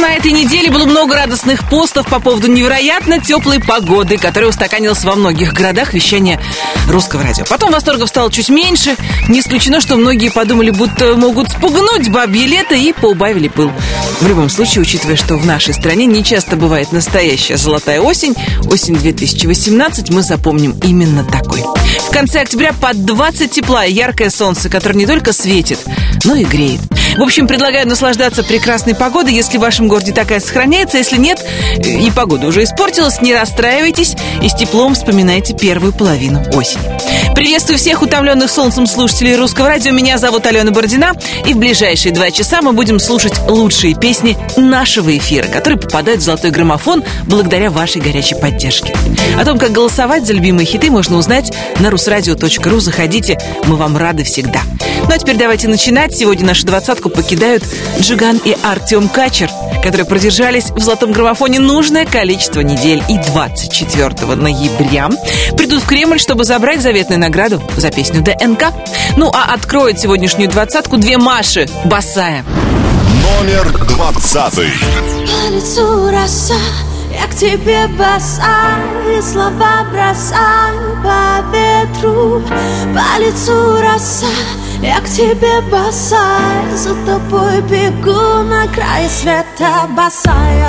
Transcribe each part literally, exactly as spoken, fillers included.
на этой неделе было много радостных постов по поводу невероятно теплой погоды, которая устаканилась во многих городах вещания Русского радио. Потом восторгов стало чуть меньше. Не исключено, что многие подумали, будто могут спугнуть бабье лето, и поубавили пыл. В любом случае, учитывая, что в нашей стране не часто бывает настоящая золотая осень, осень две тысячи восемнадцать мы запомним именно такой. В конце октября под двадцать тепла и яркое солнце, которое не только светит, но и греет. В общем, предлагаю наслаждаться прекрасной погодой, если в вашем городе такая сохраняется. Если нет, и погода уже испортилась, не расстраивайтесь и с теплом вспоминайте первую половину осени. Приветствую всех утомленных солнцем слушателей Русского радио. Меня зовут Алена Бородина, и в ближайшие два часа мы будем слушать лучшие песни нашего эфира, которые попадают в золотой граммофон благодаря вашей горячей поддержке. О том, как голосовать за любимые хиты, можно узнать на русрадио точка ру. Заходите, мы вам рады всегда. Ну а теперь давайте начинать. Сегодня нашу двадцатку покидают Джиган и Артем Качер, которые продержались в золотом граммофоне нужное количество недель, и двадцать четвёртого ноября придут в Кремль, чтобы забрать заветную награду за песню ДНК. Ну а откроют сегодняшнюю двадцатку две Маши босая. Номер двадцатый. По лицу роса, я к тебе босая, слова бросаю по ветру. По лицу роса, я к тебе босая, за тобой бегу на край света босая.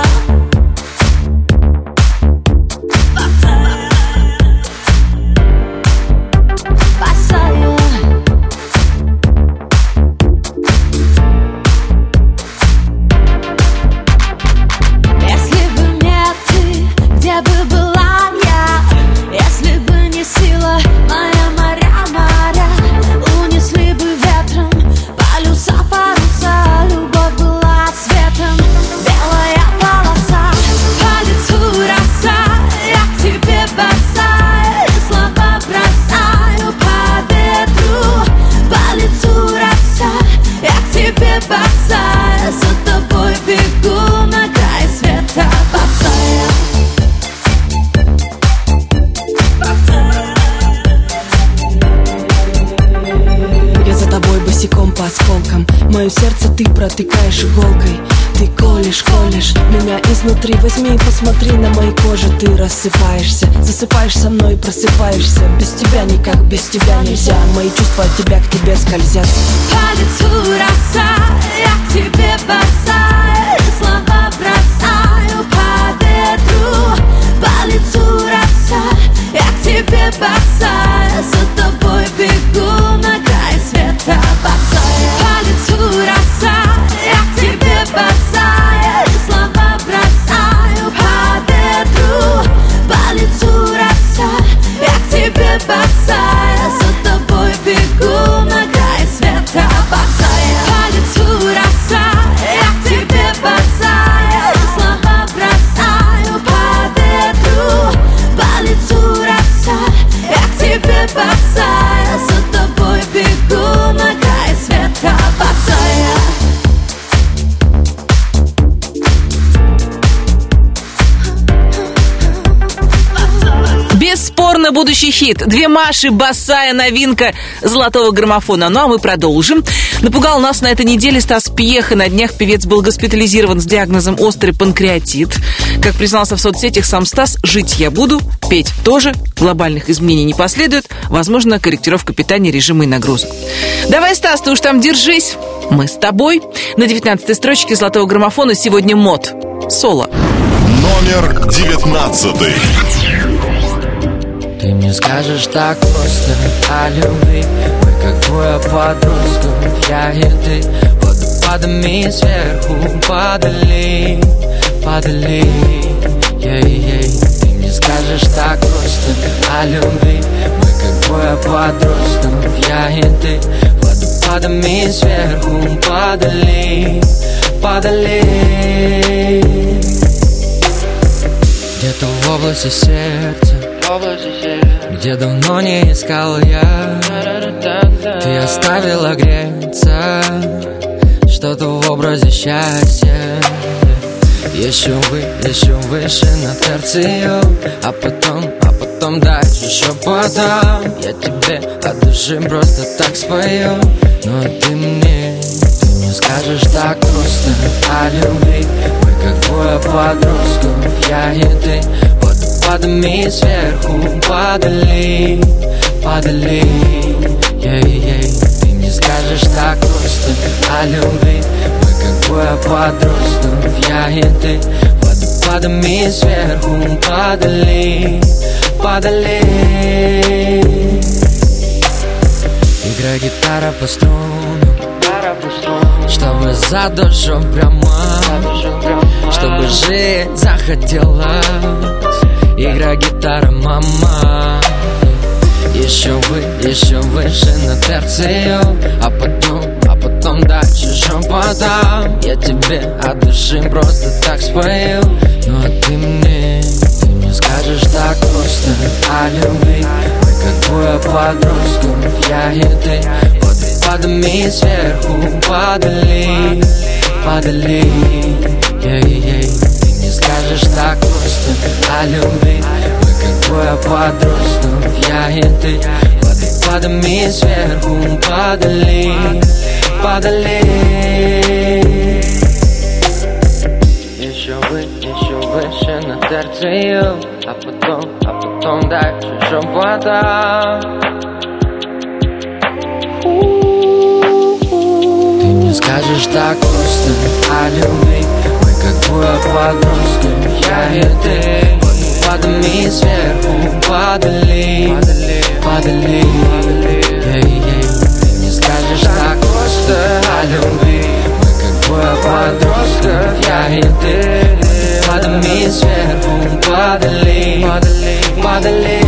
Мое сердце ты протыкаешь иголкой. Ты колешь, колешь меня изнутри. Возьми и посмотри на моей коже. Ты рассыпаешься, засыпаешь со мной и просыпаешься. Без тебя никак, без тебя нельзя. Мои чувства от тебя к тебе скользят. По лицу роса, я к тебе босая, слова бросаю по ветру. По лицу роса, я к тебе босая, за тобой бегу на край света босая. По лицу роса, я к тебе босая, слова бросаю по ветру. По лицу роса, я к тебе босая, за тобой бегу на край света босая. По лицу роса, я к тебе босая, слова бросаю по ветру. По лицу роса, я к тебе босая, за тобой бегу на край света босая. Бесспорно будущий хит. Две Маши босая, новинка золотого граммофона. Ну а мы продолжим. Напугал нас на этой неделе Стас Пьеха. На днях певец был госпитализирован с диагнозом острый панкреатит. Как признался в соцсетях сам Стас, жить я буду, петь тоже, глобальных изменений не последует, возможно, корректировка питания, режима и нагрузок. Давай, Стас, ты уж там держись. Мы с тобой. На девятнадцатой строчке золотого граммофона сегодня мод. Соло. Номер девятнадцатый. Ты мне скажешь так просто о любви. Мы как двое подростков, я и ты, водопадами сверху падали, падали. Ей-ей. Ты мне скажешь так просто о любви. Мы как двое подростков, я и ты, водопадами сверху падали, падали. Где-то в области сердца, где давно не искал я, ты оставила греться что-то в образе счастья. Еще вы, еще выше на терцию, а потом, а потом дальше, еще потом я тебе от души просто так спою. Но ты мне, ты мне скажешь так просто о любви. Мы как двое подростков, я и ты. Водопадами сверху падали, падали. Ей-ей, ты не скажешь так просто о любви. Мы как двое подростков, я и ты. Водопадами сверху падали, падали. Играй гитара по струнам, чтобы за душу прямо, чтобы жить захотелось. Играй гитара, мама. Еще вы, еще выше на терцию. А потом, а потом дальше шепотом. Я тебе от души просто так спою. Ну а ты мне, ты мне скажешь так просто о любви. Мы как двое подростков, я и ты. Водопадами сверху падали, падали. Ей-ей, ты мне скажешь так просто о любви. Мы как двое подростков, я и ты. Водопадами сверху падали, падали. Еще вы, еще выше на терцию. А потом, а потом дальше шепотом. Ты мне скажешь так просто о любви. Мы как двое подростков, я и ты. Водопадами сверху падали, падали. Ей-ей, ты мне скажешь так просто о любви. Мы как двое подростков, я и ты. Водопадами сверху падали, падали.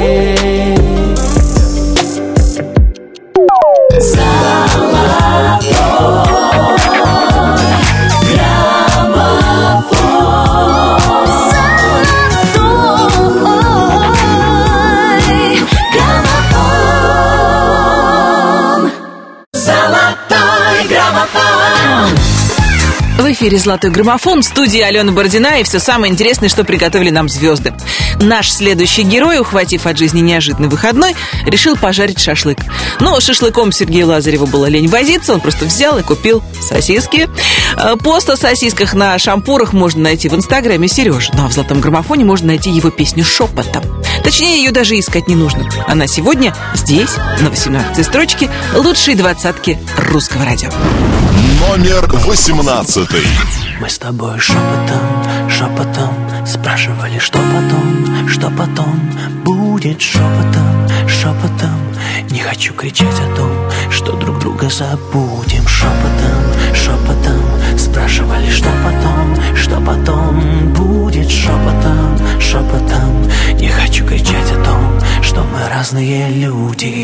В эфире «Золотой граммофон», в студии Алена Бородина и все самое интересное, что приготовили нам звезды. Наш следующий герой, ухватив от жизни неожиданный выходной, решил пожарить шашлык. Но шашлыком Сергею Лазареву было лень возиться, он просто взял и купил сосиски. Пост о сосисках на шампурах можно найти в инстаграме Сережи, ну а в «Золотом граммофоне» можно найти его песню «Шепотом». Точнее, ее даже искать не нужно. Она сегодня здесь, на восемнадцатой строчке лучшей двадцатки русского радио. Номер восемнадцатый. Мы с тобой шепотом, шепотом спрашивали, что потом, что потом будет шепотом, шепотом. Не хочу кричать о том, что друг друга забудем. Шепотом, шепотом спрашивали, что потом, что потом будет шепотом, шепотом. Не хочу кричать о том, что мы разные люди.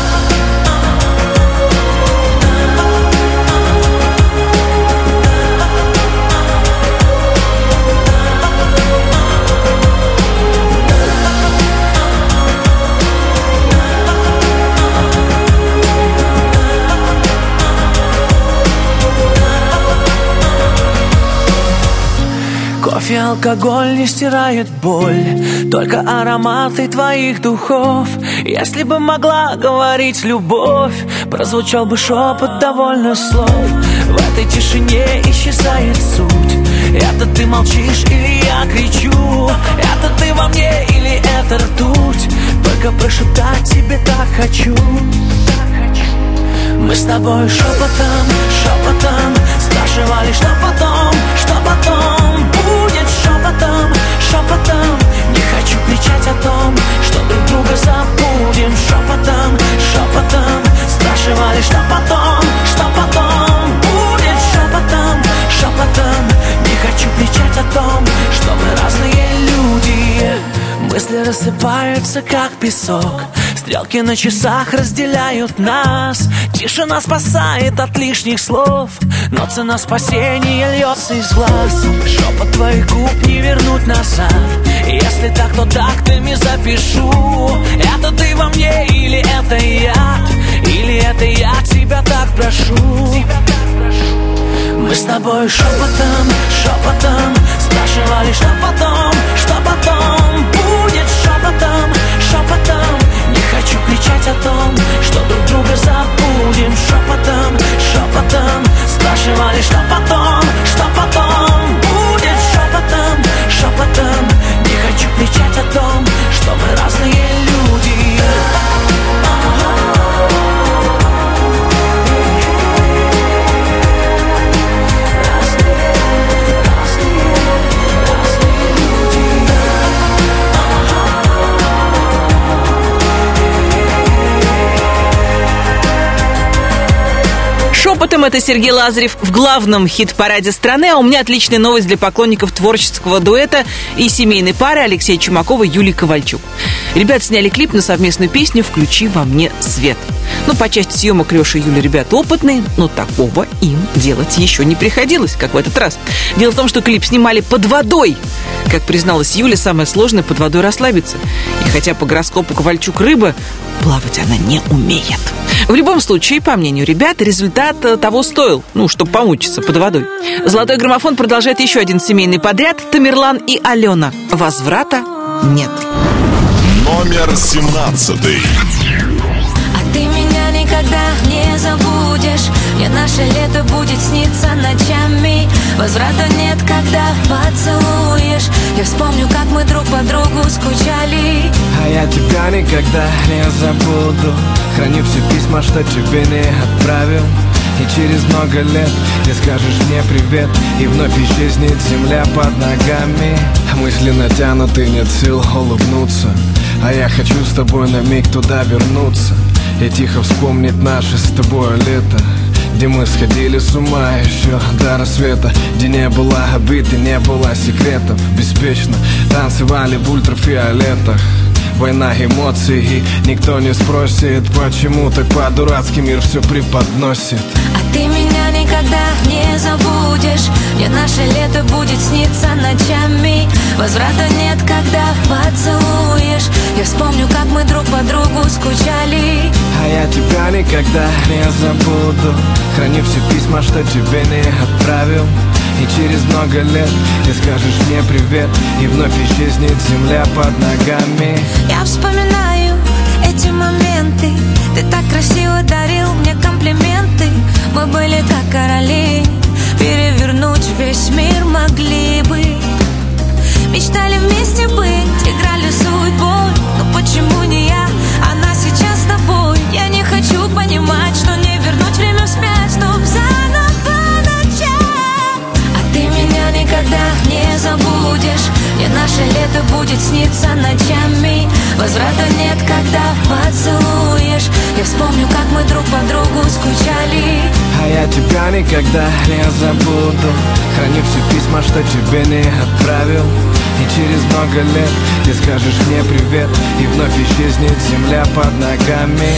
Кофе и алкоголь не стирают боль, только ароматы твоих духов. Если бы могла говорить любовь, прозвучал бы шепот довольно слов. В этой тишине исчезает суть. Это ты молчишь или я кричу? Это ты во мне или это ртуть? Только прошептать тебе так хочу. Мы с тобой шепотом, шепотом спрашивали, что потом, что потом будет шепотом, шепотом. Не хочу кричать о том, что друг друга забудем. Шепотом, шепотом спрашивали, что потом, что потом будет шепотом, шепотом. Не хочу кричать о том, что мы разные люди. Мысли рассыпаются, как песок. Стрелки на часах разделяют нас. Тишина спасает от лишних слов, но цена спасения льется из глаз. Шепот твоих губ не вернуть назад. Если так, то тактами запишу. Это ты во мне или это я? Или это я тебя так прошу? Мы с тобой шепотом, шепотом спрашивали, что потом, что потом будет шепотом, шепотом. Не хочу кричать о том, что друг друга забудем. Шепотом, шепотом спрашивали, что потом, что потом будет счетом. Это Сергей Лазарев в главном хит-параде страны. А у меня отличная новость для поклонников творческого дуэта и семейной пары Алексея Чумакова и Юлии Ковальчук. Ребята сняли клип на совместную песню «Включи во мне свет». Ну, по части съемок Леша и Юля ребята опытные, но такого им делать еще не приходилось, как в этот раз. Дело в том, что клип снимали под водой. Как призналась Юля, самое сложное под водой расслабиться. И хотя по гороскопу Ковальчук рыба, плавать она не умеет. В любом случае, по мнению ребят, результат того стоил, ну, чтобы помучиться под водой. «Золотой граммофон» продолжает еще один семейный подряд. Тамерлан и Алена. Возврата нет. Номер семнадцатый. А ты меня никогда не забудешь. Мне наше лето будет сниться ночами. Возврата нет, когда поцелуешь. Я вспомню, как мы друг по другу скучали. А я тебя никогда не забуду. Храню все письма, что тебе не отправил. И через много лет ты скажешь мне привет, и вновь исчезнет земля под ногами. Мысли натянуты, нет сил улыбнуться. А я хочу с тобой на миг туда вернуться и тихо вспомнить наше с тобой лето, где мы сходили с ума еще до рассвета, где не было обид и не было секретов. Беспечно танцевали в ультрафиолетах. Война эмоций, и никто не спросит, почему так по-дурацки мир все преподносит. А ты меня никогда не забудешь. Мне наше лето будет сниться ночами. Возврата нет, когда поцелуешь. Я вспомню, как мы друг по другу скучали. А я тебя никогда не забуду. Храню все письма, что тебе не отправил. И через много лет ты скажешь мне привет, и вновь исчезнет земля под ногами. Я вспоминаю эти моменты. Ты так красиво дарил мне комплименты. Мы были как короли, перевернуть весь мир могли бы. Мечтали вместе быть, играли судьбой. Но почему не я, она сейчас с тобой? Я не хочу понимать, что не вернуть время вспять, чтоб заново начать. А ты меня никогда не забудешь. Мне наше лето будет сниться ночами. Возврата нет, когда поцелуешь. Я вспомню, как мы друг по другу скучали. А я тебя никогда не забуду. Храню все письма, что тебе не отправил. И через много лет ты скажешь мне привет, и вновь исчезнет земля под ногами.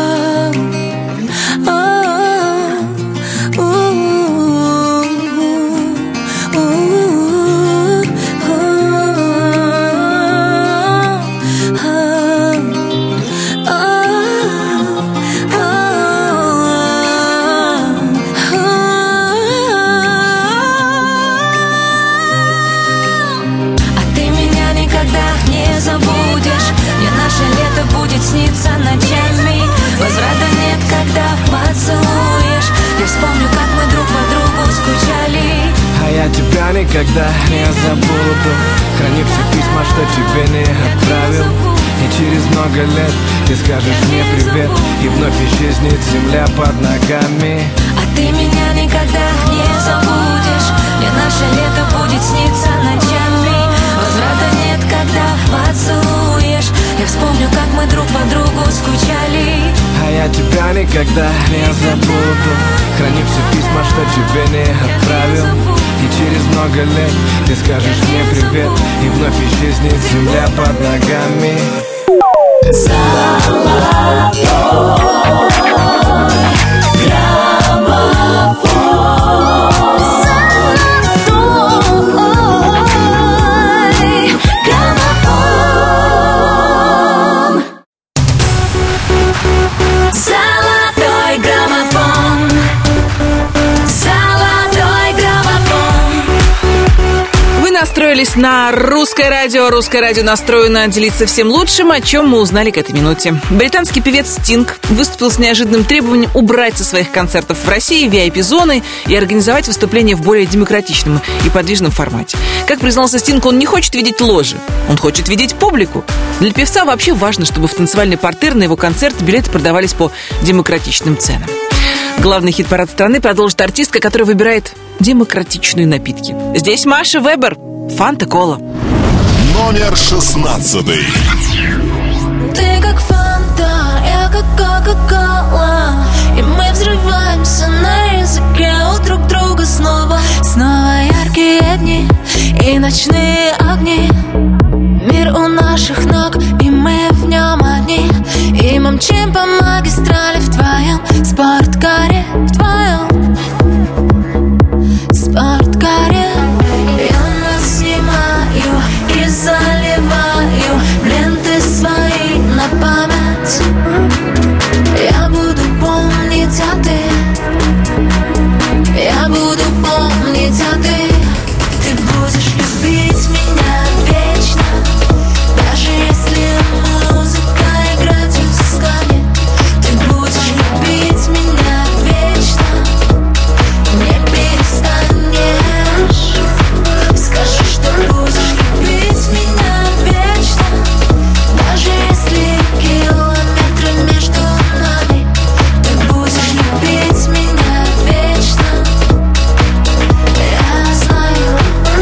Снится ночами. Возврата нет, когда поцелуешь. Я вспомню, как мы друг по другу скучали. А я тебя никогда не забуду. Храню все письма, что тебе не отправил. И через много лет ты скажешь мне привет, и вновь исчезнет земля под ногами. А ты меня никогда не забудешь. Мне наше лето будет сниться ночами. Возврата нет, когда поцелуешь. Я вспомню, как мы друг по другу скучали. А я тебя никогда не забуду. Храню все письма, что тебе не отправил. И через много лет ты скажешь мне привет, и вновь исчезнет земля под ногами. Золотой граммофон. Настроились на русское радио. Русское радио настроено делиться всем лучшим, о чем мы узнали к этой минуте. Британский певец Стинг выступил с неожиданным требованием убрать со своих концертов в России ви ай пи-зоны и организовать выступления в более демократичном и подвижном формате. Как признался Стинг, он не хочет видеть ложи, он хочет видеть публику. Для певца вообще важно, чтобы в танцевальный партер на его концерт билеты продавались по демократичным ценам. Главный хит-парад страны продолжит артистка, которая выбирает демократичные напитки. Здесь Маша Вебер. Фанта-кола. Номер шестнадцатый. Ты как фанта, я как кока-кола, и мы взрываемся на языке у друг друга снова. Снова яркие дни и ночные огни. Мир у наших ног, и мы в нем одни. И мы мчим по магистрали в твоем спорткаре, в твоем спорткаре. Я нас снимаю и заливаю ленты свои на память. Я буду помнить, а ты, я буду помнить, а ты, ты будешь любить меня вечно. Даже если музыка играть устанет, ты будешь любить меня вечно. Не перестанешь. Скажи, что будешь любить меня вечно. Даже если километры между нами, ты будешь любить меня вечно. Я знаю.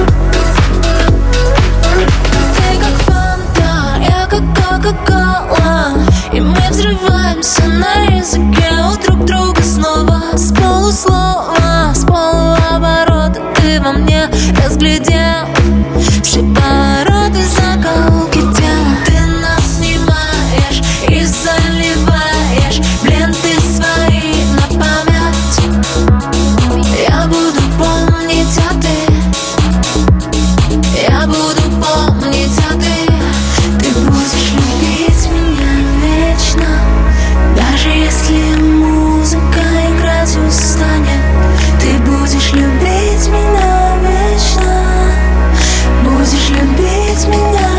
Ты как фанта, я как кока-кола, и мы взрываемся на языке у друг друга снова. С полуслова, с полуоборота ты во мне разглядел все повороты, заколки тела. Ты нас снимаешь и заливаешь в ленты свои на память. Я буду помнить, а ты, я буду помнить, а ты, ты будешь любить меня вечно. Даже если музыка играть устанет, ты будешь любить меня вечно. Будешь любить меня.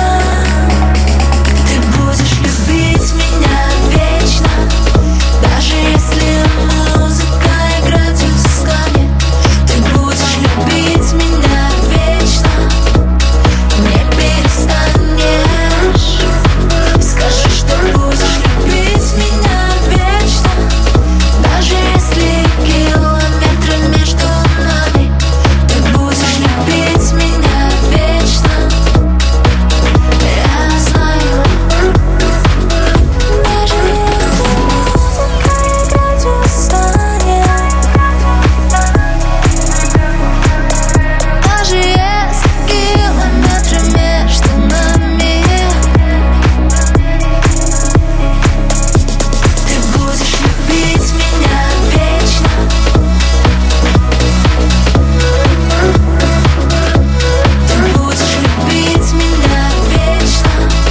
Ты будешь любить меня вечно. Даже если музыка играть устанет, ты будешь любить меня вечно. Не перестанешь. Скажи, что будешь любить меня вечно. Даже если километры между нами, ты будешь любить меня вечно. Я знаю. Даже если музыка играть устанет, даже если километры между нами, ты будешь любить меня вечно. Ты будешь любить меня вечно.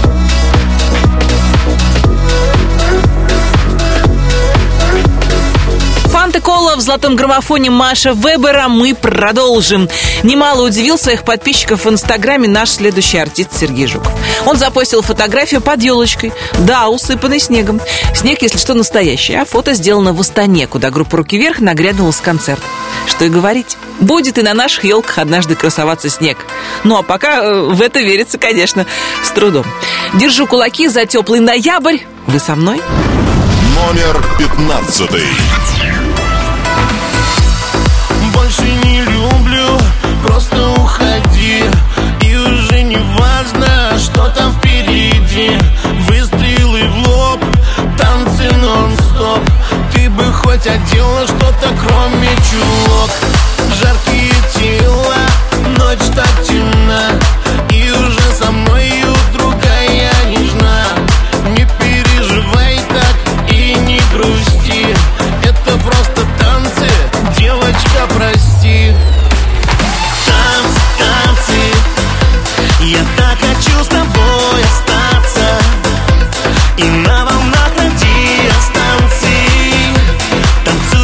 Фанта Кола в золотом граммофоне Маша Вебера. Мы продолжим. Немало удивил своих подписчиков в Инстаграме наш следующий артист Сергей Жуков. Он запостил фотографию под елочкой. Да, усыпанной снегом. Снег, если что, настоящий. А фото сделано в Астане, куда группа «Руки вверх» нагрянула с концерта. Что и говорить. Будет и на наших елках однажды красоваться снег. Ну, а пока э, в это верится, конечно, с трудом. Держу кулаки за теплый ноябрь. Вы со мной? Номер пятнадцатый. Больше не люблю, просто уходи. И уже не важно, что там впереди. Выстрелы в лоб, танцы нон-стоп. Ты бы хоть одела что-то, кроме чулок. Жаркие тела, ночь так темна. И уже со мною другая нежна. Не переживай так и не грусти. Это просто танцы, девочка, прости. Танцы, танцы, я так хочу с тобой остаться. И на волнах радиостанции танцевать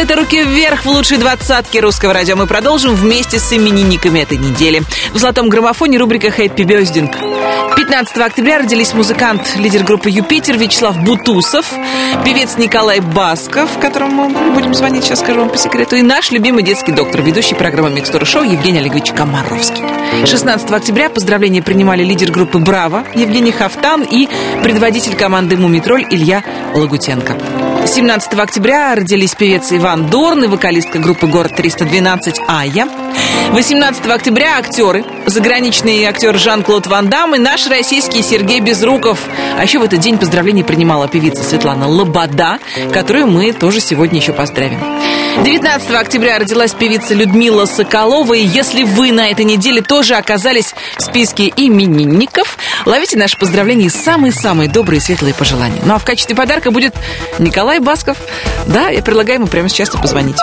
это «Руки вверх» в лучшей двадцатке русского радио. Мы продолжим вместе с именинниками этой недели. В «Золотом граммофоне» рубрика «Happy Birthday». пятнадцатого октября родились музыкант, лидер группы «Юпитер» Вячеслав Бутусов, певец Николай Басков, которому мы будем звонить, сейчас скажу вам по секрету, и наш любимый детский доктор, ведущий программы «Микстура шоу» Евгений Олегович Комаровский. шестнадцатого октября поздравления принимали лидер группы «Браво» Евгений Хафтан и предводитель команды «Мумитроль» Илья Лагутенко. семнадцатого октября родились певец Иван Дорн и вокалистка группы «Город триста двенадцать» Ая. восемнадцатого октября актеры, заграничный актер Жан-Клод Ван Дам и наш российский Сергей Безруков. А еще в этот день поздравления принимала певица Светлана Лобода, которую мы тоже сегодня еще поздравим. девятнадцатого октября родилась певица Людмила Соколова. И если вы на этой неделе тоже оказались в списке именинников, ловите наши поздравления и самые-самые добрые и светлые пожелания. Ну а в качестве подарка будет Николай Басков. Да, я предлагаю ему прямо сейчас позвонить.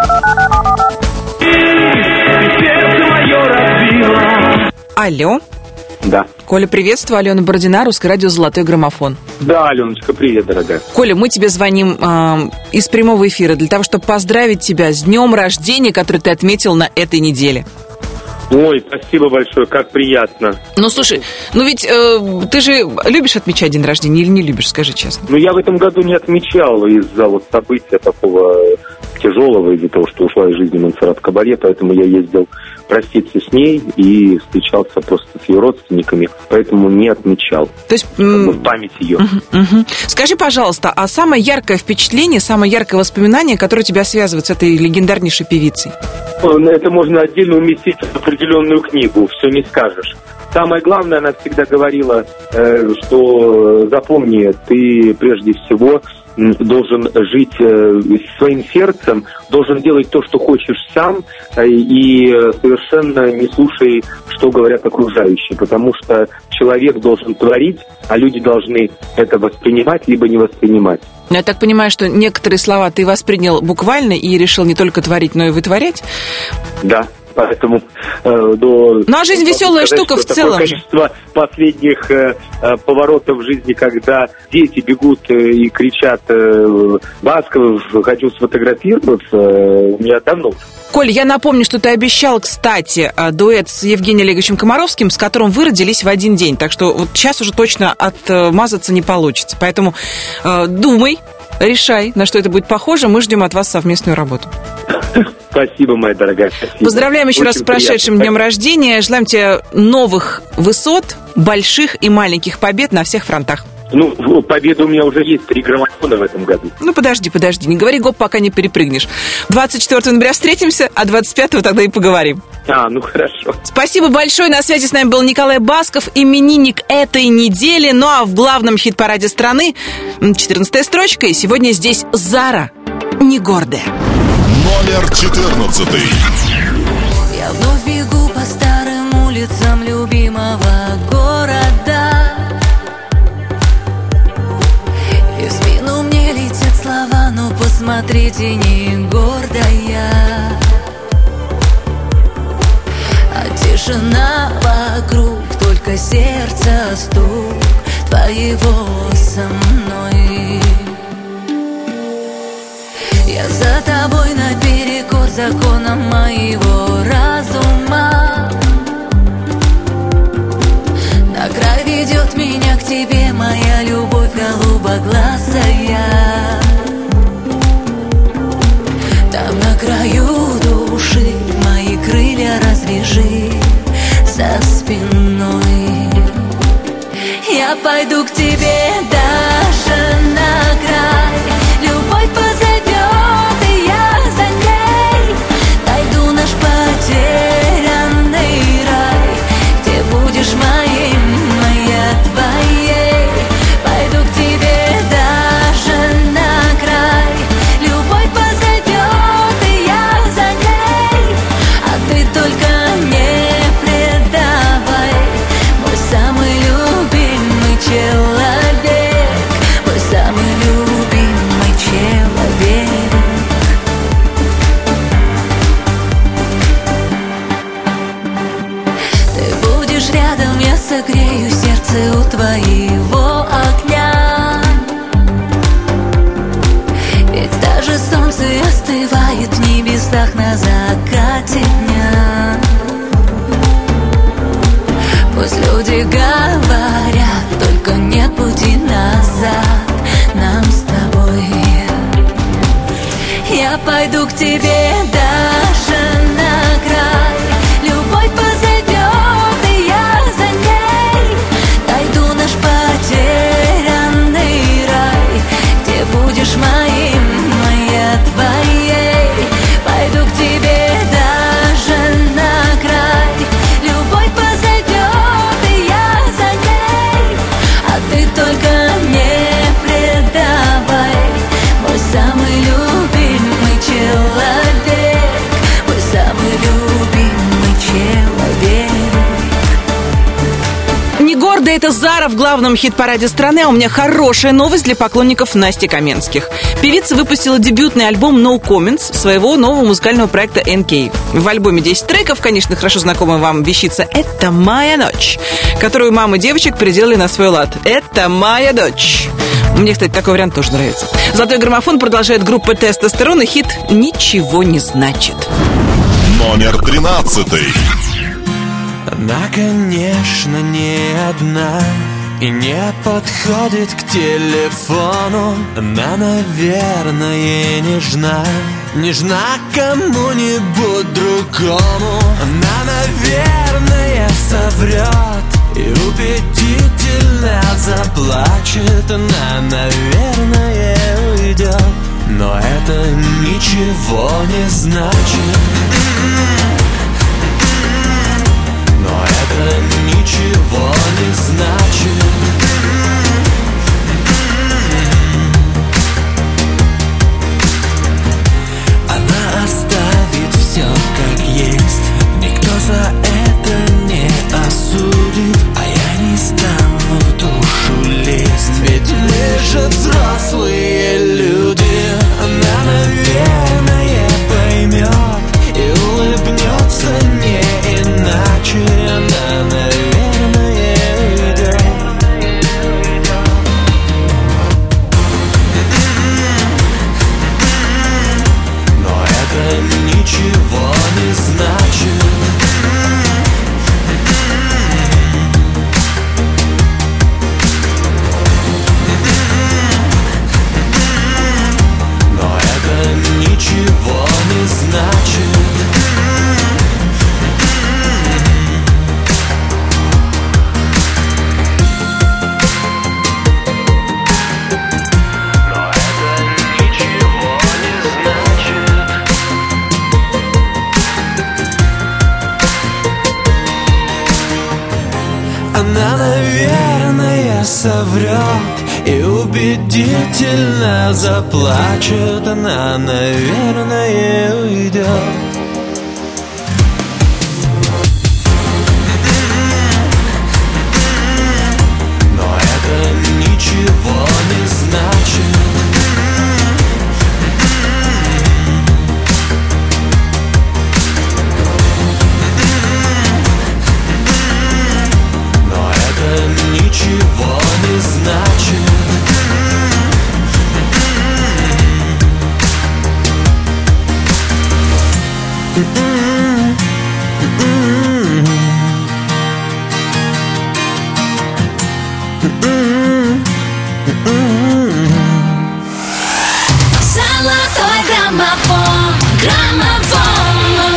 Алло. Да. Коля, приветствую. Алена Бородина, Русское радио «Золотой граммофон». Да, Аленочка, привет, дорогая. Коля, мы тебе звоним э, из прямого эфира для того, чтобы поздравить тебя с днем рождения, который ты отметил на этой неделе. Ой, спасибо большое, как приятно. Ну, слушай, ну ведь э, ты же любишь отмечать день рождения или не любишь, скажи честно? Ну, я в этом году не отмечал из-за вот события такого тяжелого, из-за того, что ушла из жизни Монсеррат Кабале, поэтому я ездил проститься с ней и встречался просто с ее родственниками, поэтому не отмечал. То есть м- в память ее. Угу, угу. Скажи, пожалуйста, а самое яркое впечатление, самое яркое воспоминание, которое тебя связывает с этой легендарнейшей певицей? Это можно отдельно уместить в определенную книгу, все не скажешь. Самое главное, она всегда говорила, что запомни, ты прежде всего должен жить своим сердцем, должен делать то, что хочешь сам, и совершенно не слушай, что говорят окружающие, потому что человек должен творить, а люди должны это воспринимать, либо не воспринимать. Я так понимаю, что некоторые слова ты воспринял буквально и решил не только творить, но и вытворять? Да. Поэтому э, до... Ну, а жизнь веселая сказать, штука в целом же. Количество последних э, поворотов в жизни, когда дети бегут э, и кричат э, «Басков, хочу сфотографироваться», э, у меня давно. Коль, я напомню, что ты обещал, кстати, дуэт с Евгением Олеговичем Комаровским, с которым вы родились в один день. Так что вот сейчас уже точно отмазаться не получится. Поэтому э, думай, решай, на что это будет похоже. Мы ждем от вас совместную работу. Спасибо, моя дорогая. Спасибо. Поздравляем еще Очень раз с прошедшим приятно. Днем рождения. Желаем тебе новых высот, больших и маленьких побед на всех фронтах. Ну, победа у меня уже есть, три граммофона в этом году. Ну, подожди, подожди, не говори гоп, пока не перепрыгнешь. двадцать четвёртого ноября встретимся, а двадцать пятого тогда и поговорим. А, ну хорошо. Спасибо большое. На связи с нами был Николай Басков, именинник этой недели. Ну, а в главном хит-параде страны четырнадцатая строчка. И сегодня здесь Зара, не гордая. Номер четырнадцатый. Я вновь бегу по старым улицам любимого города, и в спину мне летят слова, но посмотрите, не гордая. А тишина вокруг, только сердце стук твоего со мной. Я за тобой наперекор законам моего разума. На край ведет меня к тебе моя любовь голубоглазая. Там на краю души мои крылья развяжи за спиной. Я пойду к тебе даже на край. Любовь позовет, и я за ней найду наш потерянный рай, где будешь моим, моя твоей. Пойду к тебе даже на край. Любовь позовет, и я за ней, а ты только не предавай. Мой самый любимый человек, мой самый любимый человек. Ты будешь рядом, я согрею сердце у твоего огня. Ведь даже солнце остывает кустах на закате дня. Пусть люди говорят, только нет пути назад нам с тобой. Я пойду к тебе даже на край. Любовь позовет, и я за ней. Найду наш потерянный рай, где будешь моим, моя твоей. Пойду к тебе даже на край. Любовь позовет, и я за ней. А ты только не предавай. Мой самый любимый человек, мой самый любимый человек. Не гордо, это Зара в главном хит-параде страны, а у меня хорошая новость для поклонников Насти Каменских. Певица выпустила дебютный альбом No Comments своего нового музыкального проекта эн кей. В альбоме десять треков, конечно, хорошо знакомая вам вещица «Это моя ночь», которую мамы девочек переделали на свой лад. «Это моя дочь». Мне, кстати, такой вариант тоже нравится. «Золотой граммофон» продолжает группа «Тестостерон» и хит «Ничего не значит». Номер тринадцатый. Она, конечно, не одна и не подходит к телефону. Она, наверное, нежна, нежна кому-нибудь другому. Она, наверное, соврет и убедительно заплачет. Она, наверное, уйдет, но это ничего не значит. Но это ничего не значит. Она оставит все как есть, никто за это не осудит. А я не стану в душу лезть, ведь мы же взрослые люди. Она, наверное, поймет и улыбнется не иначе. Она, наверное, уйдет. Но это ничего не значит. Но это ничего не значит. Она, наверное, соврет и убедительно заплачет. Она, наверное, уйдет. Но это ничего не значит. Ничего не значит. Золотой граммофон, граммофон.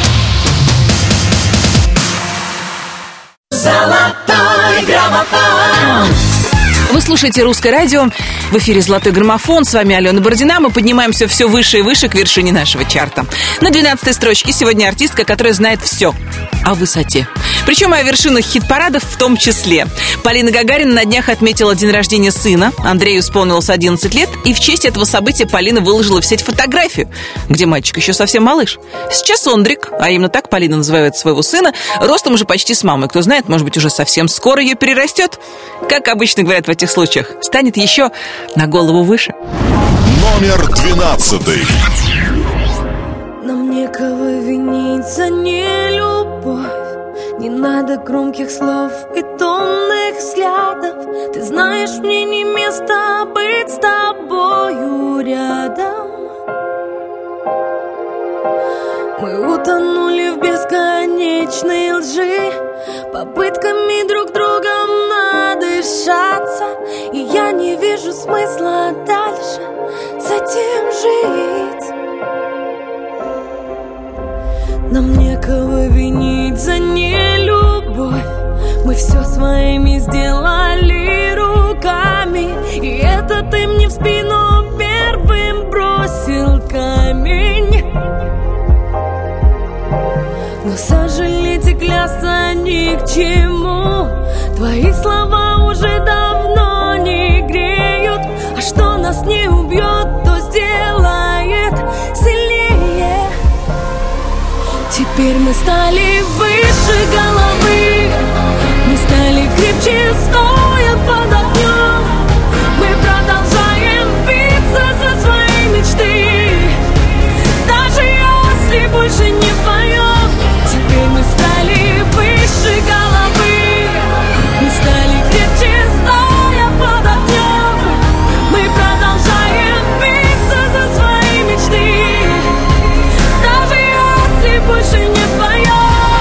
Золотой граммофон. Вы слушаете «Русское радио». В эфире «Золотой граммофон». С вами Алена Бородина. Мы поднимаемся все выше и выше к вершине нашего чарта. На двенадцатой строчке сегодня артистка, которая знает все о высоте. Причем и о вершинах хит-парадов в том числе. Полина Гагарина на днях отметила день рождения сына. Андрею исполнилось одиннадцать лет. И в честь этого события Полина выложила в сеть фотографию, где мальчик еще совсем малыш. Сейчас Ондрик, а именно так Полина называет своего сына, ростом уже почти с мамой. Кто знает, может быть, уже совсем скоро ее перерастет. Как обычно говорят в этих случаях, станет еще на голову выше. Номер двенадцатый. Нам некого винить за нелюбовь. Не надо громких слов и томных взглядов. Ты знаешь, мне не место быть с тобою рядом. Мы утонули в бесконечной лжи, попытками друг другом надышаться. И я не вижу смысла дальше с этим жить. Нам некого винить за нелюбовь. Мы все своими сделали руками. И это ты мне в спину первым бросил камень. Но сожалеть и клясться ни к чему. Твои слова уже давно не греют. А что нас не убьет, то сделает сильнее. Теперь мы стали выше головы. Мы стали крепче, стоя под огнем. Мы продолжаем биться за свои мечты. Даже если больше не поем. Теперь мы стали выше головы. Мы стали крепче, стоя под огнем. Мы продолжаем биться за свои мечты. Даже если больше не поем.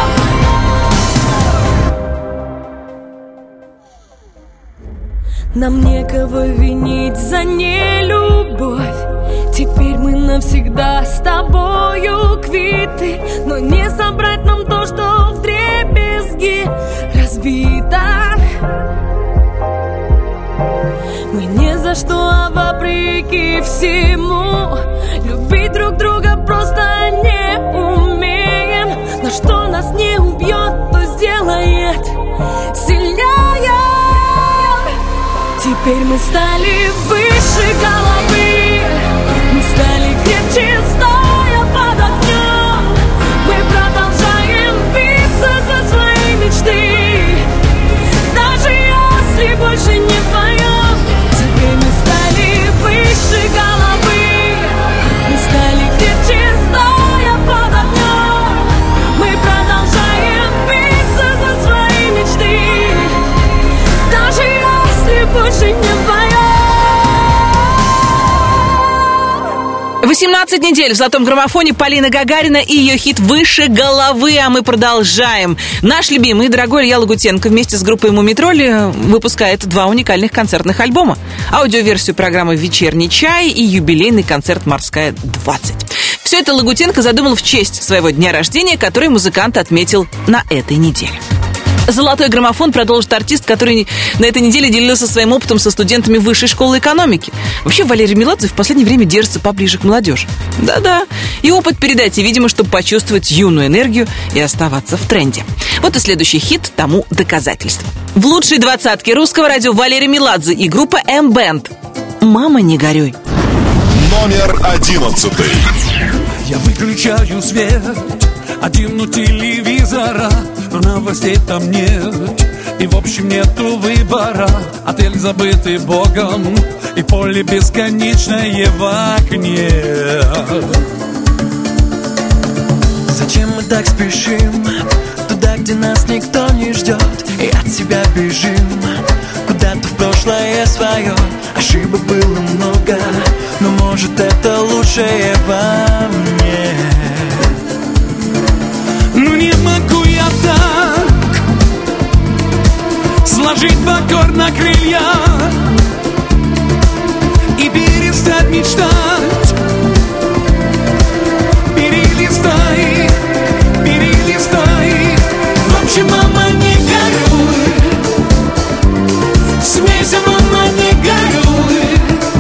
Нам некого винить за нелюбовь. Теперь мы навсегда с тобою квиты. Но не собрать нам то, что вдребезги разбито. Мы ни за что, а вопреки всему любить друг друга просто не умеем. Но что нас не убьет, то сделает сильнее. Теперь мы стали выше головы. Мы стали крепче, стоя под огнем. Мы продолжаем биться за свои мечты. Даже если больше не поем. Теперь мы стали выше головы. Мы стали крепче, стоя под огнем. Мы продолжаем биться за свои мечты. Даже если больше не поем. восемнадцать недель в золотом граммофоне Полина Гагарина и ее хит «Выше головы», а мы продолжаем. Наш любимый и дорогой Илья Лагутенко вместе с группой «Мумий-тролли» выпускает два уникальных концертных альбома. Аудиоверсию программы «Вечерний чай» и юбилейный концерт «Морская двадцать». Все это Лагутенко задумал в честь своего дня рождения, который музыкант отметил на этой неделе. «Золотой граммофон» продолжит артист, который на этой неделе делился своим опытом со студентами Высшей школы экономики. Вообще, Валерий Меладзе в последнее время держится поближе к молодежи. Да-да. И опыт передайте, видимо, чтобы почувствовать юную энергию и оставаться в тренде. Вот и следующий хит тому доказательство. В лучшей двадцатке русского радио Валерий Меладзе и группа M-Band. «Мама, не горюй». Номер одиннадцатый. Я выключаю свет, один у телевизора, но новостей там нет. И в общем нету выбора. Отель, забытый Богом, и поле бесконечное в окне. Зачем мы так спешим туда, где нас никто не ждет, и от себя бежим куда-то в прошлое свое? Ошибок было много, но может это лучшее во мне. Ну не могу я так сложить покорно крылья и перестать мечтать. Перелистай, перелистай. В общем, мама, не горюй. Смейся, мама, не горюй.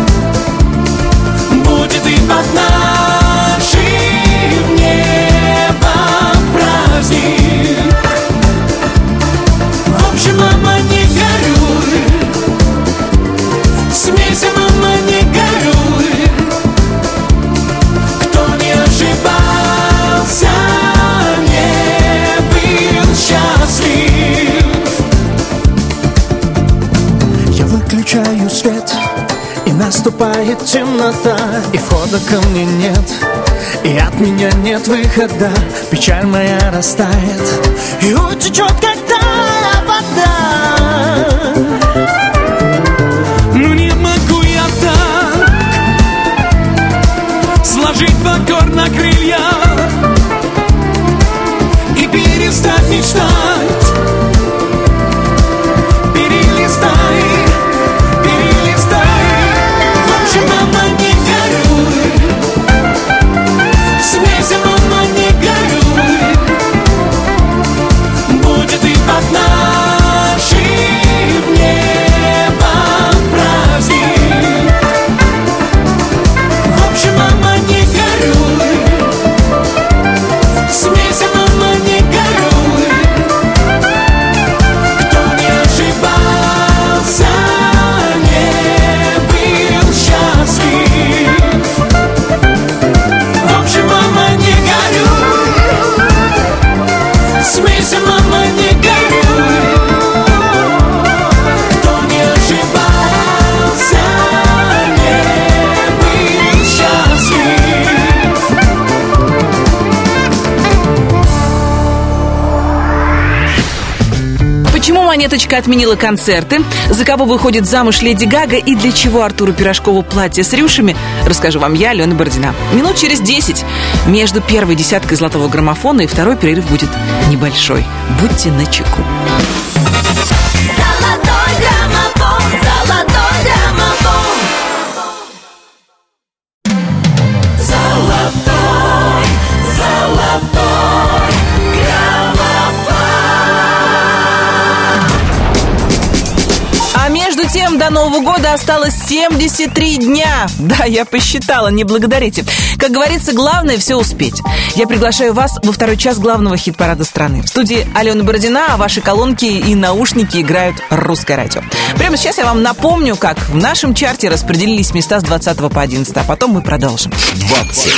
Будет и под нашим небом праздник. В общем, мама, не горюй. Смейся, мама, не горюй. Кто не ошибался, не был счастлив. Я выключаю свет, и наступает темнота, и входа ко мне нет, и от меня нет выхода. Печаль моя растает и утечет, когда вода. Ну не могу я так сложить покорно крылья Монеточка отменила концерты. За кого выходит замуж Леди Гага и для чего Артуру Пирожкову платье с рюшами, расскажу вам я, Алена Бородина. Минут через десять между первой десяткой золотого граммофона и второй перерыв будет небольшой. Будьте начеку. Золотой граммофон, золотой граммофон. Золотой, золотой граммофон. А между тем до Нового года осталось семьдесят три дня. Да, я посчитала, не благодарите. Как говорится, главное все успеть. Я приглашаю вас во второй час главного хит-парада страны. В студии Алена Бородина, а ваши колонки и наушники играют русское радио. Прямо сейчас я вам напомню, как в нашем чарте распределились места с двадцатого по одиннадцатое, а потом мы продолжим. двадцать.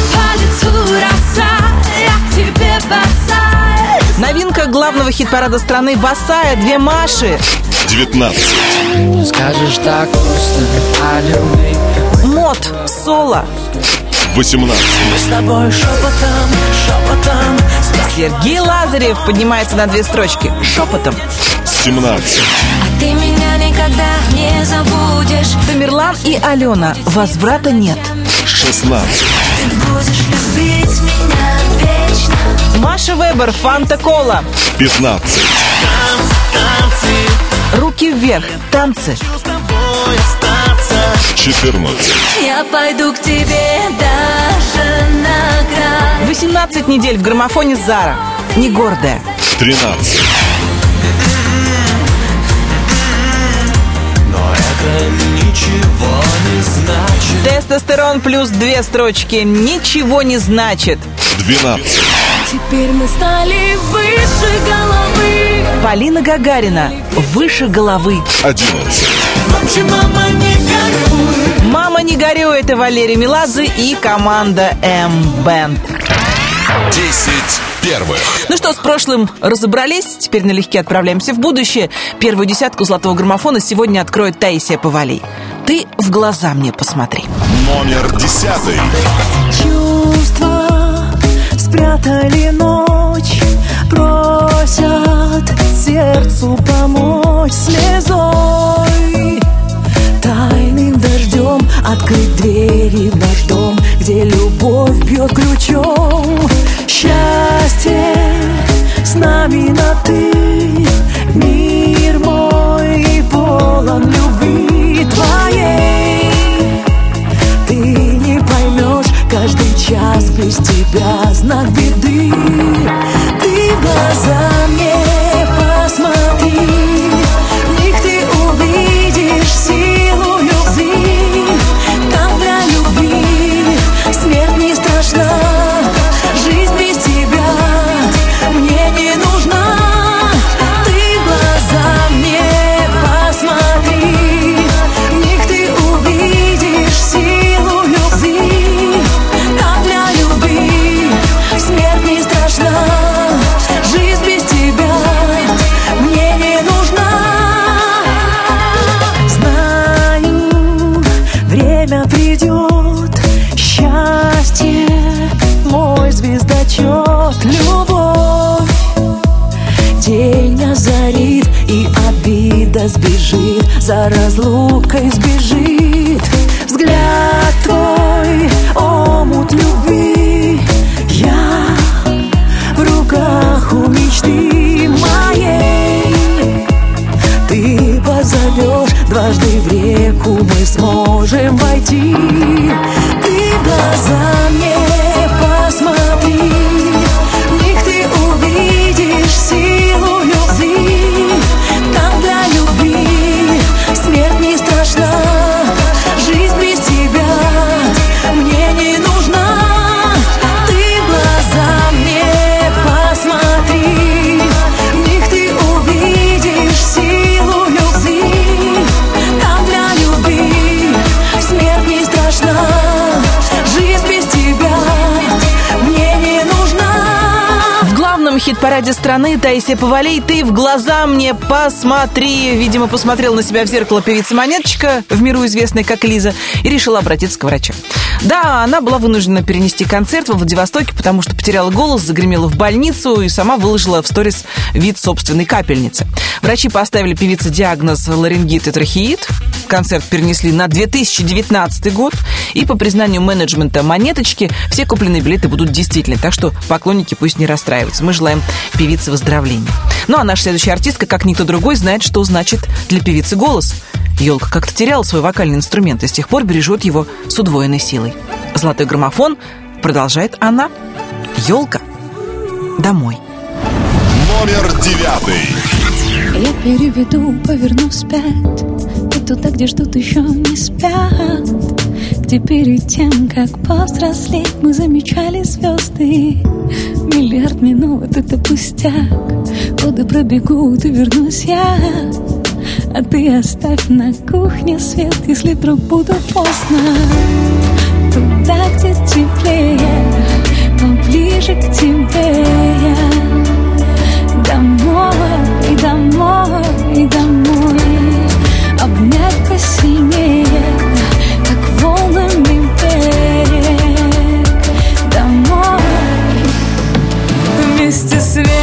Новинка главного хит-парада страны «Босая», «Две Маши». девятнадцать. Не скажешь так просто о любви. Мод, соло. восемнадцать. Мы с тобой шепотом, шепотом. Сергей Лазарев поднимается на две строчки шепотом. семнадцать. А ты меня никогда не забудешь. Тамерлан и Алена. Возврата нет. шестнадцать. Ты будешь любить меня вечно. Маша Вебер, Фанта Кола. пятнадцать. Руки вверх, танцы. четырнадцать. Я пойду к тебе даже на край. восемнадцать недель в граммофоне Зара. Не гордая. тринадцать. Но это ничего не значит. Тестостерон плюс две строчки. Ничего не значит. двенадцать. Теперь мы стали выше головы. Полина Гагарина. Выше головы. одиннадцать. В общем, мама, не горюй. Мама, не горюй. Это Валерий Меладзе и команда M-Band. десять первых. Ну что, с прошлым разобрались. Теперь налегке отправляемся в будущее. Первую десятку золотого граммофона сегодня откроет Таисия Повалий. Ты в глаза мне посмотри. Номер десятый. Чувства спрятали ночь, просят сердцу помочь слезой. Тайным дождем открыть двери в наш дом, где любовь бьет ключом. Счастье с нами на ты, мир мой полон любви твоей. Ты не поймешь, каждый час без тебя знак беды. Ты в глаза мне посмотри, в них ты увидишь силу любви. Как для любви смерть не страшна, жизнь без тебя мне не нужна. Ты в глаза мне посмотри, в них ты увидишь силу любви. Как для любви смерть не страшна, жизнь без тебя мне не нужна. Знаю, время придет, счастье, мой звездочет, любовь. День озарит, и обида сбежит, за разлукой сбежит. Взгляд твой, омут любви, я в руках у мечты моей. Ты позовешь дважды в реку, мы сможем войти. Ты в глаза мне посмотри, в них ты увидишь силу любви. Как для любви смерть не страшна, хит-параде страны Таисия Повалий «Ты в глаза мне посмотри». Видимо, посмотрела на себя в зеркало певица Монеточка, в миру известная как Лиза, и решила обратиться к врачу. Да, она была вынуждена перенести концерт во Владивостоке, потому что потеряла голос, загремела в больницу и сама выложила в сторис вид собственной капельницы. Врачи поставили певице диагноз ларингит и трахеит. Концерт перенесли на две тысячи девятнадцатый год. И по признанию менеджмента Монеточки, все купленные билеты будут действительны. Так что поклонники пусть не расстраиваются. Мы желаем певице выздоровления. Ну а наша следующая артистка, как никто другой, знает, что значит для певицы голос. Ёлка как-то теряла свой вокальный инструмент и с тех пор бережет его с удвоенной силой. «Золотой граммофон» продолжает она. Ёлка, домой. Номер девятый. Я переведу, поверну вспять, и туда, где ждут, еще не спят, где перед тем, как повзрослеть, мы замечали звезды. Миллиард минут — это пустяк, годы пробегут и вернусь я, а ты оставь на кухне свет, если вдруг буду поздно. Туда, где теплее, поближе к тебе я. Домой, домой, домой. Обнять посильнее, как волнами берег. Домой, вместе с ветром,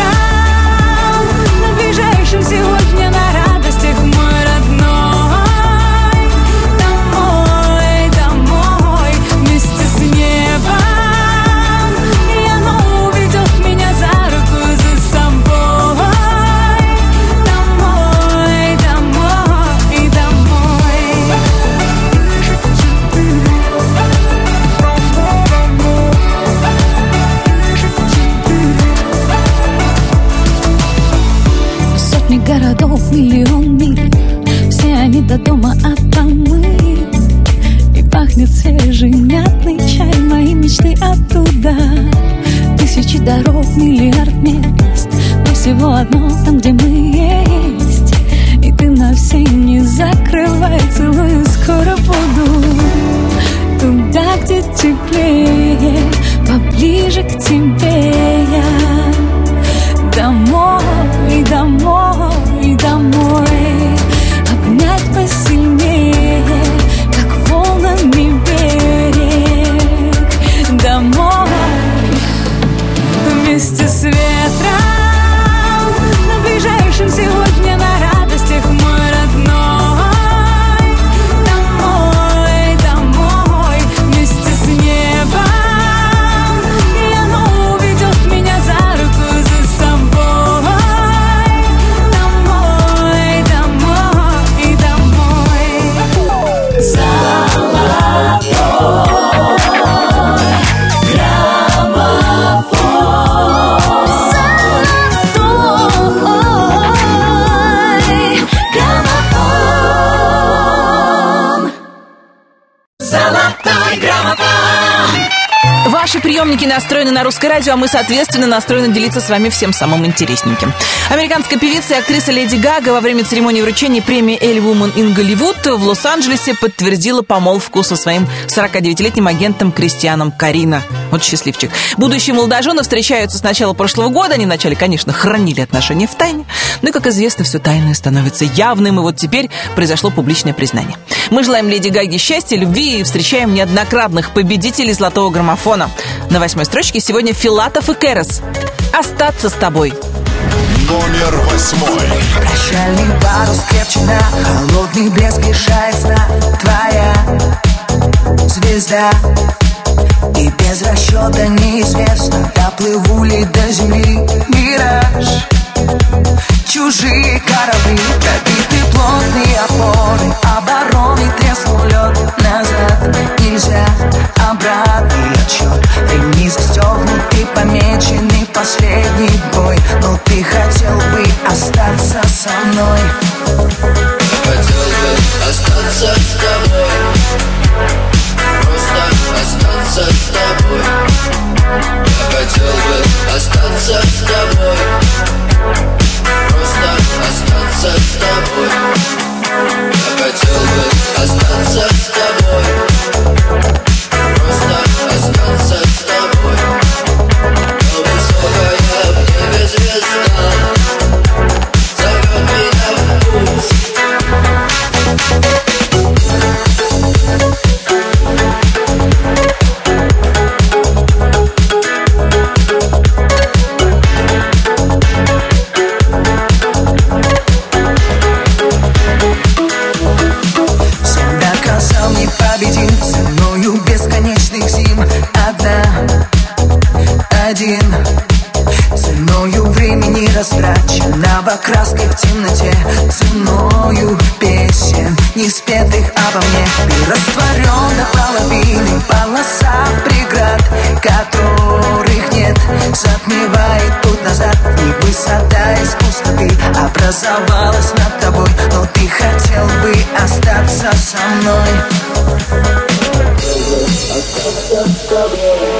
набежавшим сегодня на радостях, мой родной. Домой, домой, вместе с небом. И оно уведет меня за руку, за собой. Домой, домой, домой. Сотни городов, миллион миль, все они до дома, а там мы. И пахнет свежий мятный чай, мои мечты оттуда. Тысячи дорог, миллиард мест, но всего одно там, где мы есть. И ты на все не закрывай, целую, скоро буду. Туда, где теплее, поближе к тебе я. Домой, домой, домой. Обнять посильнее, как волнами берег. Домой, вместе с ветром, набежавшим сегодня на радостях, мой родной. Домой, домой, вместе с небом. И оно уведет меня за руку, за собой. Домой, домой, домой. Золотой Ваши приемники настроены на русское радио, а мы, соответственно, настроены делиться с вами всем самым интересненьким. Американская певица и актриса Леди Гага во время церемонии вручения премии «Эль Woman in Голливуд» в Лос-Анджелесе подтвердила помолвку со своим сорокадевятилетним агентом Кристианом Карино. Вот счастливчик. Будущие молодожены встречаются с начала прошлого года. Они вначале, конечно, хранили отношения в тайне. Но, как известно, все тайное становится явным. И вот теперь произошло публичное признание. Мы желаем Леди Гаге счастья, любви и встречаем неоднократных победителей «Золотого граммофона». На восьмой строчке сегодня Филатов и Кэрос. «Остаться с тобой». Номер восьмой. Прощальный парус крепчина, холодный блеск лишает сна. Твоя звезда, и без расчета неизвестно, доплыву ли до земли. Мираж, чужие корабли, пробиты плотные опоры, обороны треснул лед. Назад нельзя, обратный отсчет. Ремни застегнуты, помеченный последний бой. Но ты хотел бы остаться со мной. Хотел бы остаться с тобой, просто остаться с тобой. краской в темноте, ценою песен, не спетых обо мне. Ты растворен до половины, полоса преград, которых нет, затмевает путь назад. И высота из пустоты образовалась над тобой, но ты хотел бы остаться со мной. Остаться с тобой,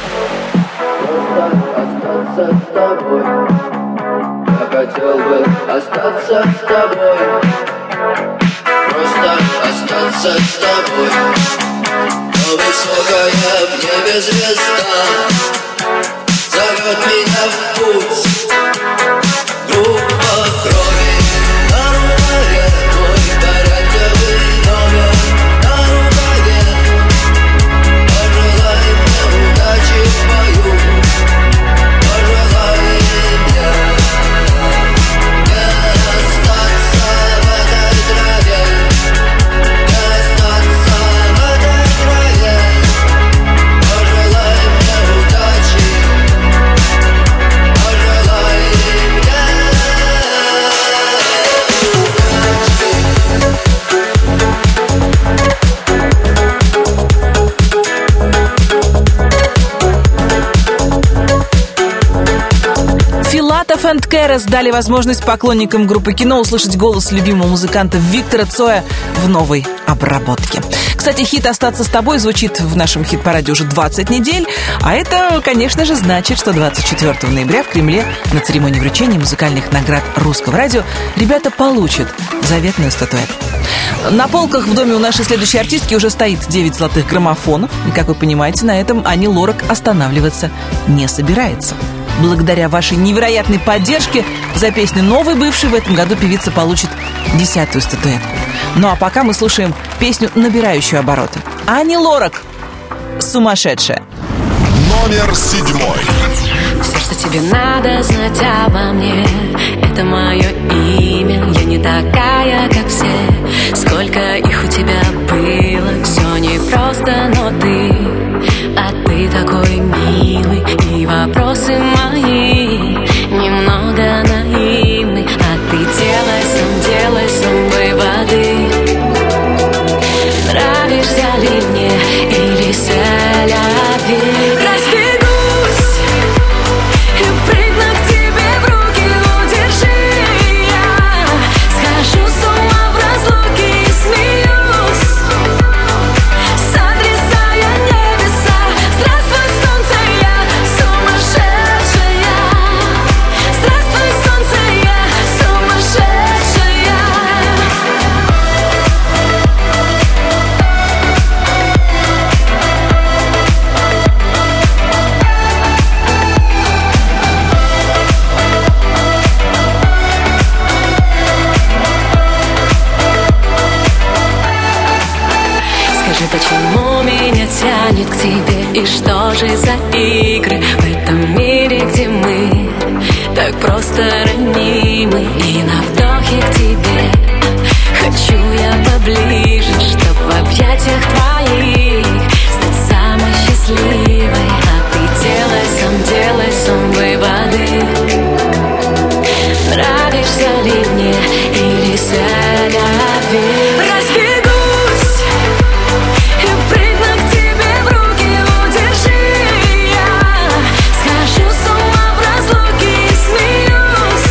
просто остаться с тобой. Я хотел бы остаться с тобой, просто остаться с тобой. Но высокая в небе звезда зовет меня в путь. Группа крови на рукаве, мой порядковый номер на рукаве. Пожелай мне удачи в бою, пожелай мне не остаться в этой траве, не остаться в этой траве. Пожелай мне удачи, пожелай мне. Филатов и Керес дали возможность поклонникам группы Кино услышать голос любимого музыканта Виктора Цоя в новой обработке. Кстати, хит «Остаться с тобой» звучит в нашем хит-параде уже двадцать недель, а это, конечно же, значит, что двадцать четвёртого ноября в Кремле на церемонии вручения музыкальных наград Русского радио ребята получат заветную статуэтку. На полках в доме у нашей следующей артистки уже стоит девять золотых граммофонов, и, как вы понимаете, на этом Ани Лорак останавливаться не собирается. Благодаря вашей невероятной поддержке за песню «Новый бывший» в этом году певица получит десятую статуэтку. Ну а пока мы слушаем песню, набирающую обороты. Ани Лорак «Сумасшедшая». Номер седьмой. Все, что тебе надо знать обо мне, это мое имя. Я не такая, как все. Сколько их у тебя было, все непросто, но ты, а ты такой милый. И вопросы мои немного наивны, а ты делай сам, делай сам выводы. Нравишься ли мне или селяви? Разбегусь и прыгну к тебе в руки, удержи. Я схожу с ума в разлуке и смеюсь, сотрясая небеса. Здравствуй, солнце, я сумасшедшая. Здравствуй, солнце, я сумасшедшая. Скажи, почему меня тянет к тебе, и что же за игры в этом мире, где мы так просто ранимы? И на вдохе к тебе хочу я поближе, чтоб в объятиях твоих стать самой счастливой. А ты делай сам, делай сам выводы. Нравишься ли мне или селяви? Разбегусь и прыгну к тебе в руки, удержи. Я схожу с ума в разлуке и смеюсь,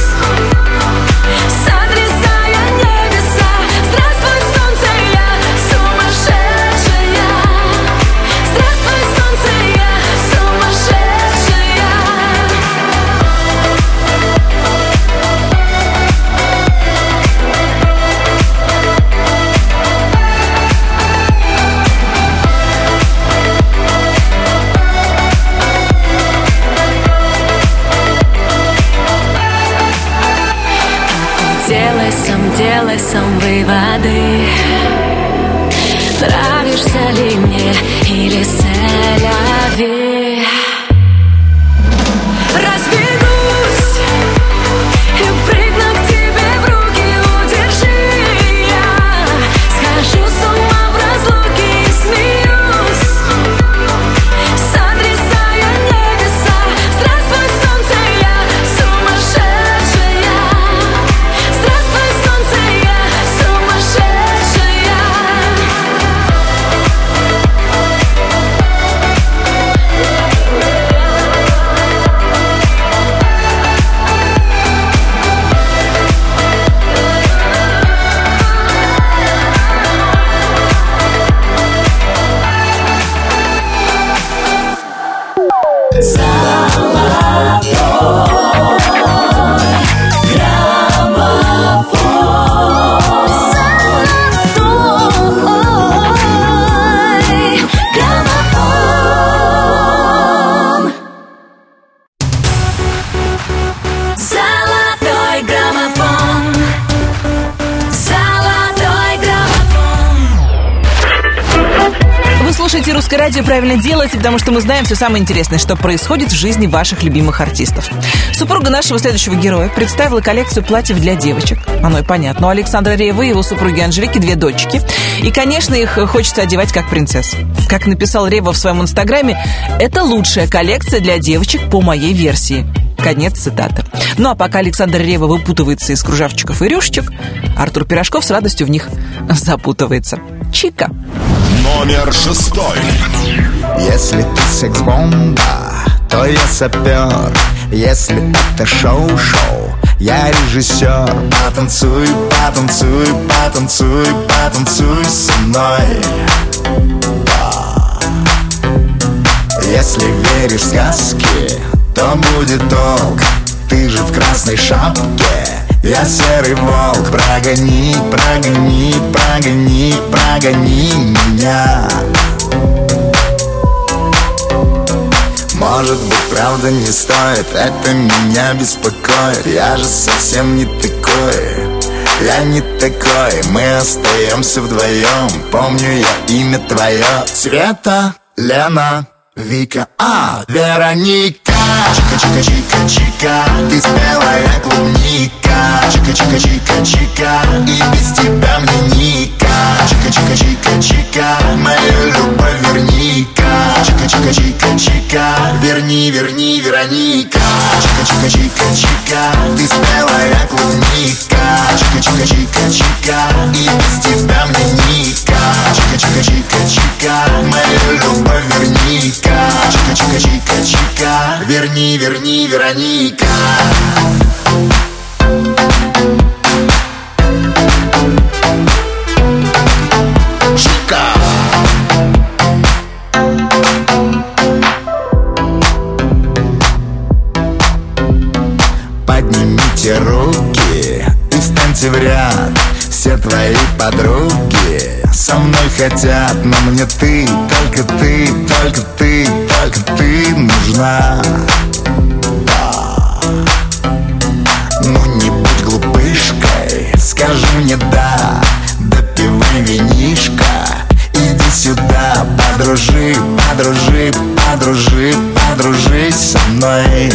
сотрясая небеса. Здравствуй, солнце, я сумасшедшая. Здравствуй, солнце, я сумасшедшая. Делай сам, делай сам выводы. Нравишься ли мне или селяви? Разбегусь и прыгну к тебе в руки, удержи. Я схожу с ума в разлуке и смеюсь, сотрясая небеса. Здравствуй, солнце, я сумасшедшая. Слушайте «Русское радио», правильно делаете, потому что мы знаем все самое интересное, что происходит в жизни ваших любимых артистов. Супруга нашего следующего героя представила коллекцию платьев для девочек. Оно и понятно. У Александра Реввы и его супруги Анжелики две дочки. И, конечно, их хочется одевать как принцесс. Как написал Ревва в своем инстаграме, это лучшая коллекция для девочек по моей версии. Конец цитаты. Ну а пока Александр Ревва выпутывается из кружавчиков и рюшечек, Артур Пирожков с радостью в них запутывается. Чика. Номер шестой. Если ты секс-бомба, то я сапер. Если это шоу-шоу, я режиссер. Потанцуй, потанцуй, потанцуй, потанцуй со мной. Если веришь в сказки, то будет толк. Ты же в красной шапке, я серый волк. Прогони, прогони, прогони, прогони меня. Может быть, правда не стоит, это меня беспокоит. Я же совсем не такой, я не такой. Мы остаемся вдвоем, помню я имя твое. Света, Лена, Вика, а, Вероника. Чика-чика-чика-чика, ты спелая клубника. Чика-чика-чика-чика, и без тебя мне ника. Чика-чика-чика-чика, мою любовь верни-ка. Чика-чика-чика-чика, верни, верни, Вероника. Чика-чика-чика-чика, ты спелая клубника. Чика-чика-чика-чика, и без тебя мне ника. Чика-чика-чика-чика, мою любовь верни-ка. Чика-чика-чика-чика, верни, верни, Вероника. Чика. Поднимите руки и встаньте в ряд. Все твои подруги со мной хотят, но мне ты, только ты, только ты, только ты нужна. Ну не будь глупышкой, скажи мне да, допивай винишко, иди сюда, подружи, подружи, подружи, подружись со мной.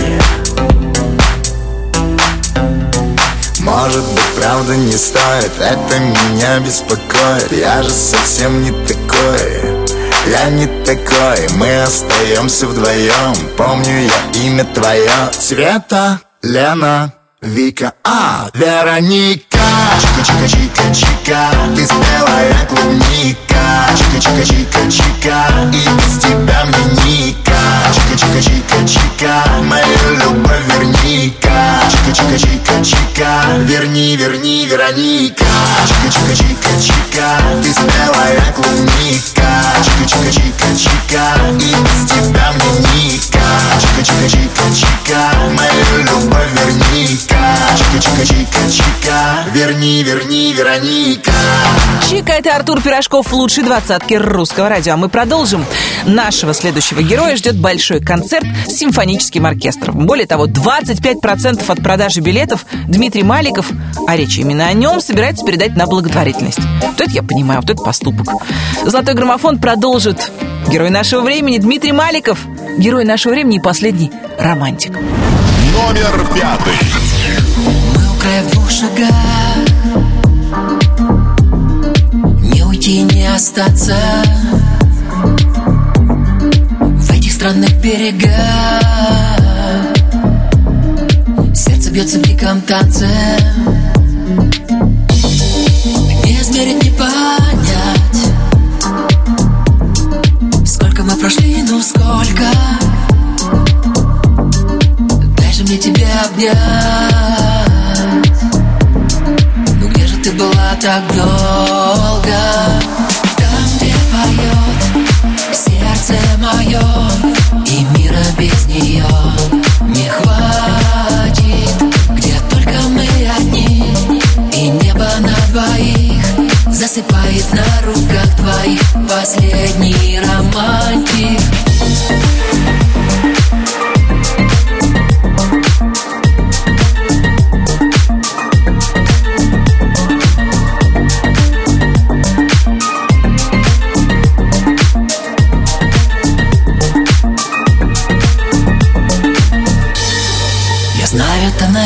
Может быть, правда не стоит, это меня беспокоит. Я же совсем не такой, я не такой. Мы остаемся вдвоем, помню я имя твое. Света, Лена, Вика, а, Вероника. Чика-чика-чика-чика, ты спелая клубника. Чика-чика-чика-чика, и без тебя мне ника. Чика-чика-чика-чика, мою любовь верни-ка. Чика-чика-чика-чика, верни, верни, Вероника. Чика-чика-чика-чика, ты спелая клубника. Чика-чика-чика-чика, и без тебя мне ника. Чика-чика-чика-чика, мою любовь верни-ка. Чика-чика-чика-чика, верни, верни, Вероника. Чика, это Артур Пирожков в лучшей двадцатке русского радио. А мы продолжим. Нашего следующего героя ждет большой концерт с симфоническим оркестром. Более того, двадцать пять процентов от продажи билетов Дмитрий Маликов, а речь именно о нем, собирается передать на благотворительность. Вот это я понимаю, вот это поступок. Золотой граммофон продолжит герой нашего времени Дмитрий Маликов. Герой нашего времени и последний романтик. Номер пятый. Мы у края в двух шагах, не уйти, не остаться в этих странных берегах. Сердце бьется в диком танце, не измерить, не понять, сколько мы прошли, ну сколько. Дай же мне тебя обнять. Ну где же ты была так долго? Там, где поет сердце мое, и мир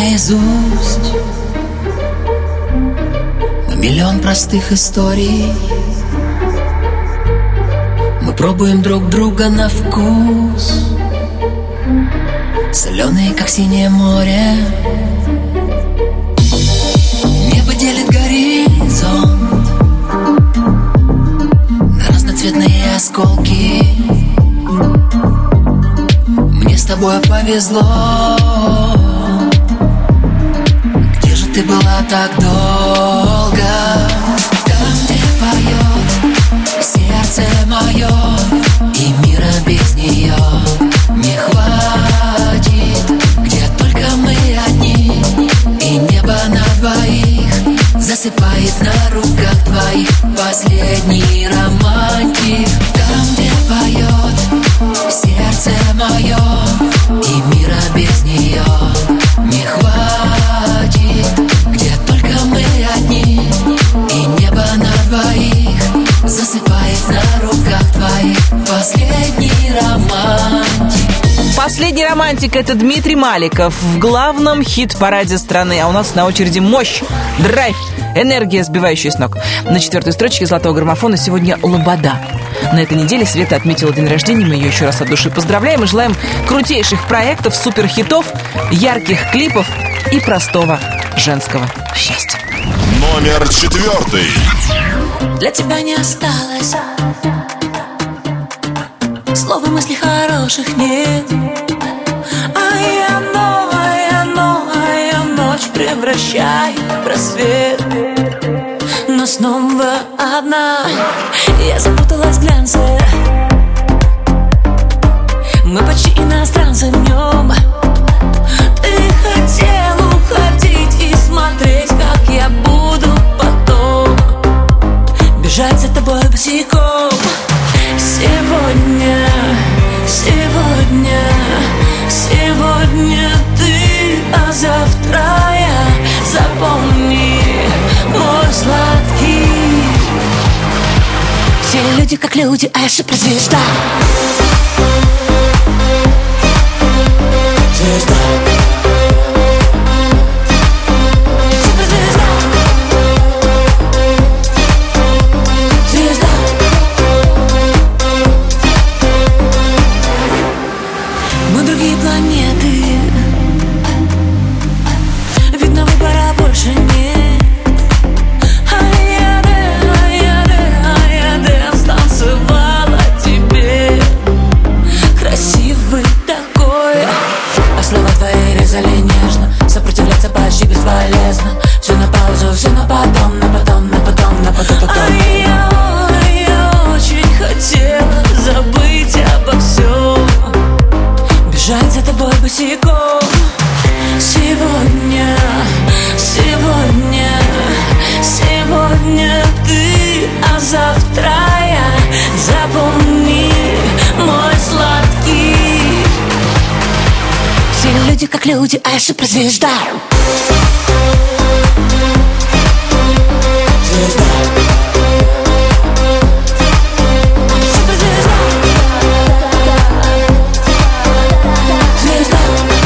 наизусть. Мы миллион простых историй. Мы пробуем друг друга на вкус. Соленые, как синее море. Небо делит горизонт на разноцветные осколки. Мне с тобой повезло. Где же ты была так долго? Там, где поет сердце мое, и мира без нее не хватит. Где только мы одни, и небо на двоих засыпает на руках твоих. Последний романтик. Там, где поет сердце мое, и мира без нее не хватит. Где только мы одни, и небо на двоих засыпает на руках твоих. Последний романтик. Последний романтик — это Дмитрий Маликов в главном хит-параде страны. А у нас на очереди мощь, драйв, энергия, сбивающая с ног. На четвертой строчке золотого граммофона сегодня «Лобода». На этой неделе Света отметила день рождения. Мы ее еще раз от души поздравляем и желаем крутейших проектов, суперхитов, ярких клипов и простого женского счастья. Номер четвертый. Для тебя не осталось слов и мыслей хороших нет. А я новая, новая ночь превращаю в рассвет. Но снова одна я запуталась в глянце. Мы почти иностранцы днем. Ты хотел уходить и смотреть, как я буду потом бежать за тобой босиком. Сегодня, сегодня, сегодня ты, а завтра я. Запомни, мой сладкий. Все люди как люди, а я суперзвезда. Звезда. Суперзвезда. Звезда. Мы другие планеты. Видно, выбора больше нет. Ай-яде, ай-яде, ай-яде, станцевала тебе. Красивый такой. А слова твои резали нежно. Сопротивляться почти бесполезно. Все на паузу, все на потом, на потом, на потом, на потом, потом. А я, я очень хотела забыть обо всем. Бежать за тобой босиком. Сегодня, сегодня, сегодня ты, а завтра я. Запомни, мой сладкий. Все люди как люди, а я суперзвезда. Звезда. Суперзвезда. Звезда.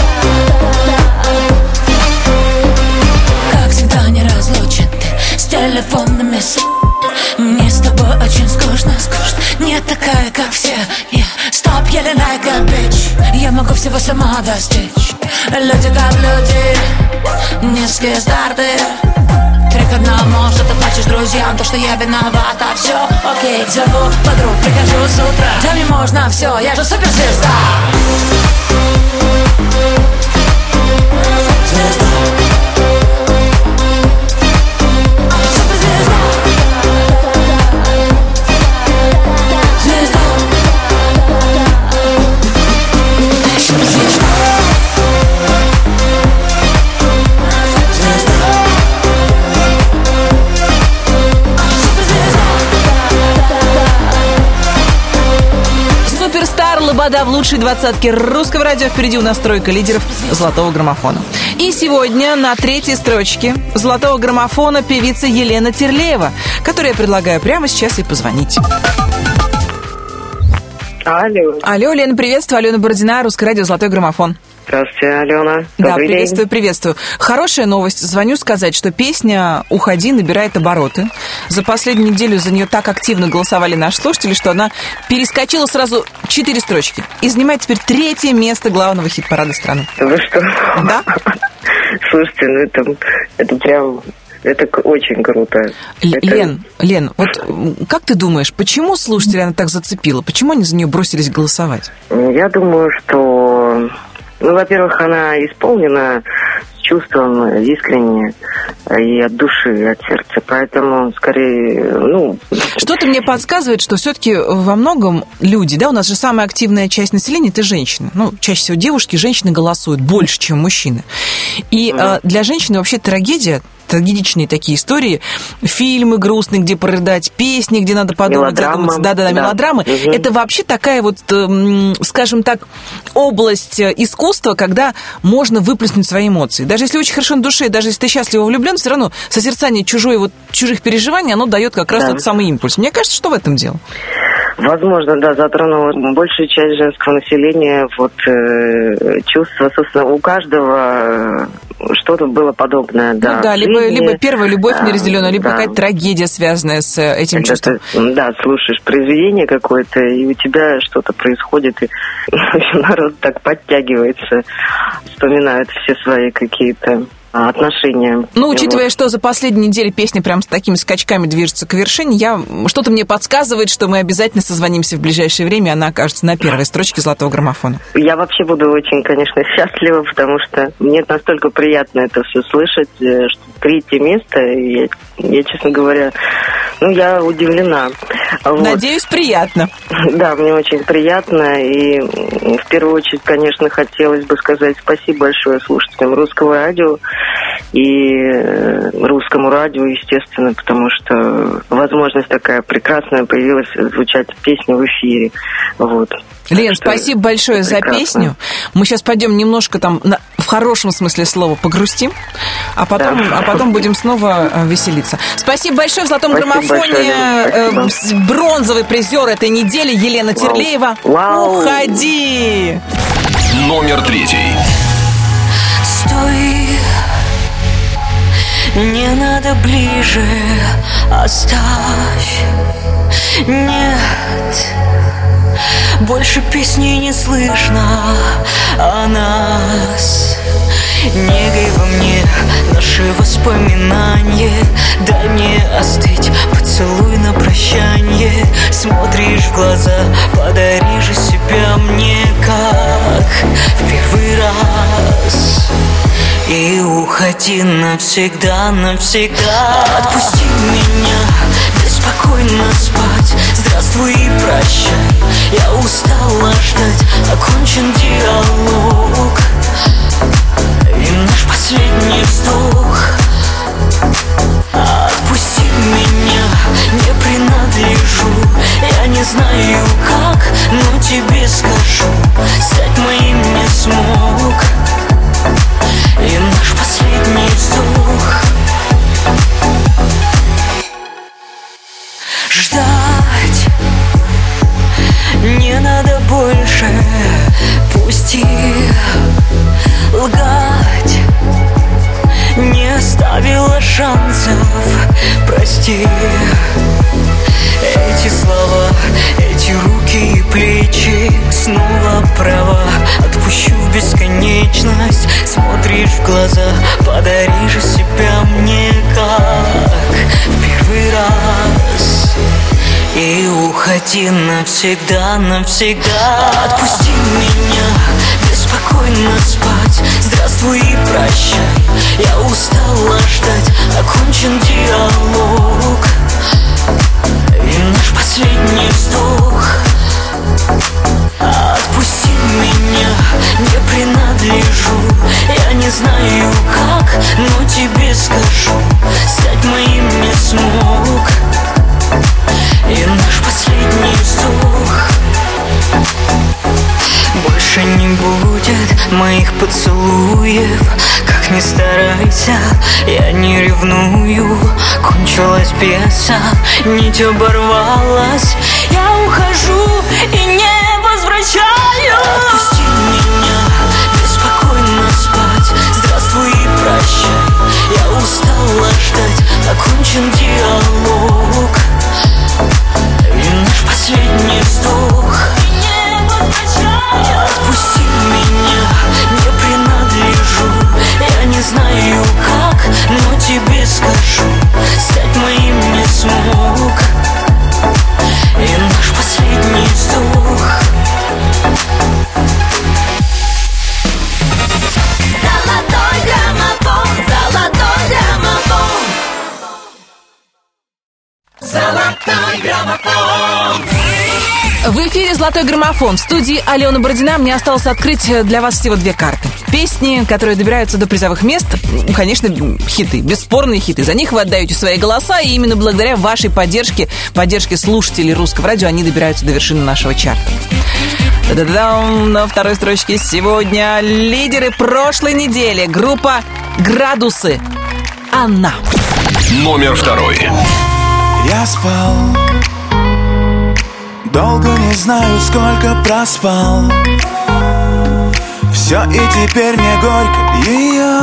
Как всегда не разлучен ты с телефонными с... Мне с тобой очень скучно, скучно. Не такая, как все. Yeah. Stop yelling like a bitch. Я могу всего сама достичь. Люди как люди, низкие старты. Три к одному, что ты плачешь друзьям. То, что я виновата, все окей. Зову подруг, прихожу с утра. Да мне можно все, я же суперзвезда. Звезда. Суперзвезда. Звезда. Суперзвезда. Суперстар Лобода в лучшей двадцатке русского радио. Впереди у нас тройка лидеров золотого граммофона. И сегодня на третьей строчке золотого граммофона певица Елена Терлеева, которой я предлагаю прямо сейчас и позвонить. Алло. Алло, Лена, приветствую. Алена Бородина, Русское радио «Золотой граммофон». Здравствуйте, Алена. Да, приветствую, день. приветствую. Хорошая новость. Звоню сказать, что песня «Уходи» набирает обороты. За последнюю неделю за нее так активно голосовали наши слушатели, что она перескочила сразу четыре строчки и занимает теперь третье место главного хит-парада страны. Вы что? Да. Слушайте, ну это, это прям... Это очень круто. Л- это... Лен, Лен, вот как ты думаешь, почему слушатели она так зацепила? Почему они за нее бросились голосовать? Я думаю, что... Ну, во-первых, она исполнена с чувством искренне и от души, и от сердца. Поэтому, скорее, ну... Что-то мне подсказывает, что все-таки во многом люди, да, у нас же самая активная часть населения – это женщины. Ну, чаще всего девушки, женщины голосуют больше, чем мужчины. И mm-hmm. э, для женщины вообще трагедия, трагедичные такие истории, фильмы грустные, где прорыдать, песни, где надо подумать, задуматься, да-да-да, да. мелодрамы. Угу. Это вообще такая вот, скажем так, область искусства, когда можно выплеснуть свои эмоции. Даже если очень хорошо на душе, даже если ты счастливо влюблен, все равно созерцание чужой, вот, чужих переживаний, оно дает как раз да. тот самый импульс. Мне кажется, что в этом дело? Возможно, да, затронула большую часть женского населения. Вот э, чувство, собственно, у каждого что-то было подобное. Да, ну да, либо, либо первая любовь неразделенная, либо да. какая-то трагедия, связанная с этим Когда чувством. Ты, да, слушаешь произведение какое-то, и у тебя что-то происходит, и народ так подтягивается, вспоминает все свои какие-то отношения. Ну, учитывая, вот. что за последние недели песня прям с такими скачками движется к вершине, я, что-то мне подсказывает, что мы обязательно созвонимся в ближайшее время, и она окажется на первой строчке «Золотого граммофона». Я вообще буду очень, конечно, счастлива, потому что мне настолько приятно это все слышать, что третье место, я, я, честно говоря, ну, я удивлена. Вот. Надеюсь, приятно. Да, мне очень приятно, и в первую очередь, конечно, хотелось бы сказать спасибо большое слушателям Русского радио, и Русскому радио, естественно, потому что возможность такая прекрасная появилась звучать песни в эфире. Вот. Лен, спасибо большое за песню. Мы сейчас пойдем немножко там, на, в хорошем смысле слова, погрустим, а потом, да. а потом будем снова веселиться. Спасибо большое. В «Золотом спасибо граммофоне» большое, э, бронзовый призер этой недели Елена Вау. Терлеева. Вау. Уходи! Номер третий. Стой, не надо ближе, оставь. Нет, больше песни не слышно о нас. Негой во мне наши воспоминания. Дай мне остыть, поцелуй на прощанье. Смотришь в глаза, подари же себя мне, как в первый раз. И уходи навсегда, навсегда. Отпусти меня, беспокойно спать. Здравствуй и прощай, я устала ждать. Окончен диалог и наш последний вздох. Отпусти меня, не принадлежу. Я не знаю как, но тебе скажу. Стать моим не смог. И наш последний вздох. Ждать не надо больше. Пусти. Лгать не оставила шансов. Прости. Эти слова, эти руки и плечи снова права. Отпущу в бесконечность. Смотришь в глаза, подари же себя мне, как в первый раз. И уходи навсегда, навсегда. Отпусти меня, беспокойно спать. Здравствуй и прощай, я устала ждать. Окончен диалог и наш последний вздох. Отпусти меня, не принадлежу. Я не знаю как, но тебе скажу. Стать моим не смог. И наш последний вздох. Больше не будет моих поцелуев. Как ни старайся, я не ревную. Кончилась пьеса, нить оборвалась. Я ухожу и не прощаю. Отпусти меня, беспокойно спать. Здравствуй и прощай, я устала ждать. Окончен диалог и наш последний вздох. Отпусти меня, не принадлежу. Я не знаю как, но тебе скажу. Стать моим не смог. И наш последний вздох. Золотой граммофон, золотой граммофон. Золотой граммофон. В эфире «Золотой граммофон». В студии Алена Бородина. Мне осталось открыть для вас всего две карты. Песни, которые добираются до призовых мест, конечно, хиты, бесспорные хиты. За них вы отдаете свои голоса, и именно благодаря вашей поддержке, поддержке слушателей Русского радио, они добираются до вершины нашего чарта. Да-да-дам, на второй строчке сегодня лидеры прошлой недели. Группа «Градусы». Она. Номер второй. Я спал, долго не знаю, сколько проспал. Все, и теперь мне горько ее.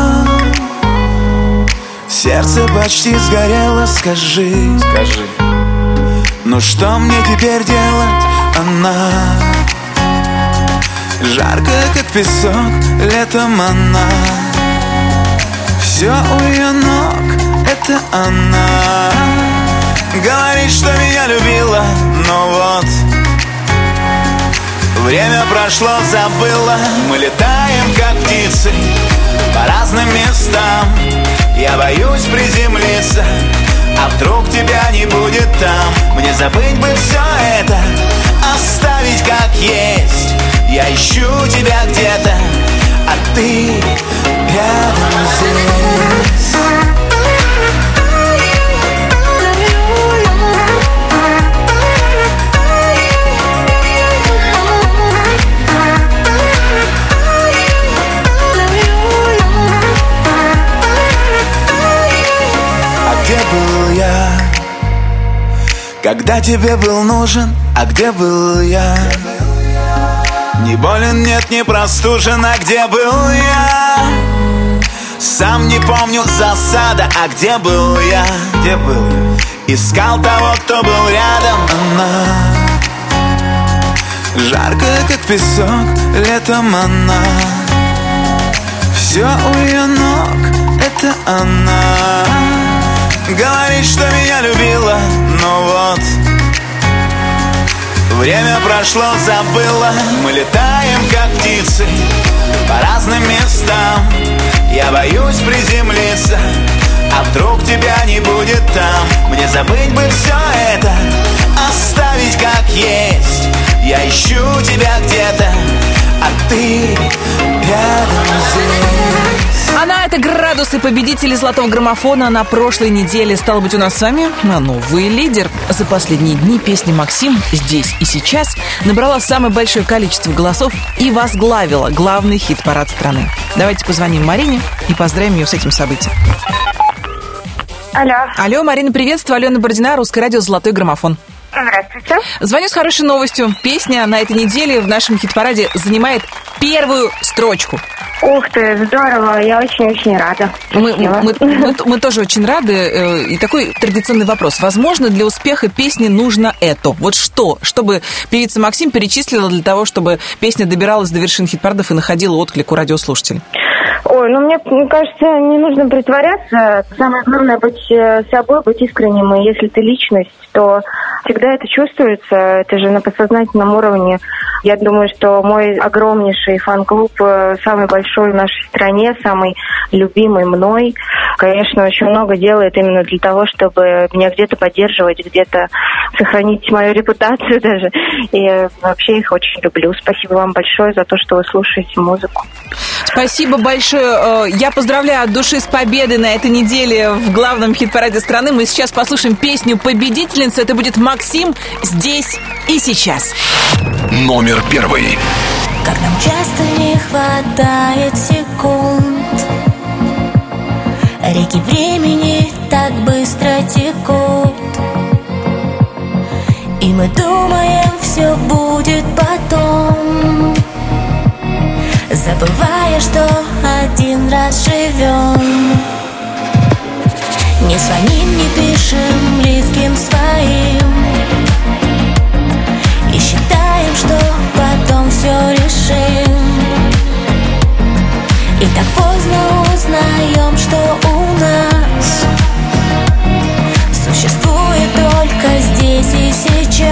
Сердце почти сгорело, скажи, скажи. Ну что мне теперь делать, она? Жарко, как песок, летом она. Все у ее ног, это она. Говорит, что меня любила, но вот время прошло, забыла. Мы летаем, как птицы, по разным местам. Я боюсь приземлиться, а вдруг тебя не будет там. Мне забыть бы все это, оставить как есть. Я ищу тебя где-то, а ты рядом здесь. Когда тебе был нужен, а где был я? Не болен, нет, не простужен, а где был я? Сам не помню засада, а где был я? Где был я? Искал того, кто был рядом. Она жарко, как песок, летом она. Все у ее ног, это она. Говорит, что меня любила, но вот время прошло, забыла. Мы летаем, как птицы, по разным местам. Я боюсь приземлиться, а вдруг тебя не будет там. Мне забыть бы все это, оставить как есть. Я ищу тебя где-то, а ты рядом здесь. Она — это «Градусы», победители «Золотого граммофона» на прошлой неделе. Стало быть, у нас с вами новый лидер. За последние дни песня «Максим» здесь и сейчас набрала самое большое количество голосов и возглавила главный хит-парад страны. Давайте позвоним Марине и поздравим ее с этим событием. Алло. Алло, Марина, приветствую. Алена Бородина, Русское радио «Золотой граммофон». Здравствуйте. Звоню с хорошей новостью. Песня на этой неделе в нашем хит-параде занимает первую строчку. Ух ты, здорово, я очень-очень рада. Мы, мы, мы, мы тоже очень рады. И такой традиционный вопрос. Возможно, для успеха песни нужно это? Вот что? Чтобы певица Максим перечислила для того, чтобы песня добиралась до вершин хит-парадов и находила отклик у радиослушателей? Ой, ну мне, мне кажется, не нужно притворяться. Самое главное быть собой, быть искренним. И если ты личность, то всегда это чувствуется. Это же на подсознательном уровне. Я думаю, что мой огромнейший фан-клуб, самый большой в нашей стране, самый любимый мной, конечно, очень много делает именно для того, чтобы меня где-то поддерживать, где-то сохранить мою репутацию даже. И вообще их очень люблю. Спасибо вам большое за то, что вы слушаете музыку. Спасибо большое. Я поздравляю от души с победой на этой неделе в главном хит-параде страны. Мы сейчас послушаем песню победительницы. Это будет «Максим» здесь и сейчас. Номер первый. Как нам часто не хватает секунд, реки времени так быстро текут, и И мы думаем, все будет потом, забывая, что один раз живем. Не звоним, не пишем близким своим и считаем, что потом все решим. И так поздно узнаем, что у нас существует только здесь и сейчас.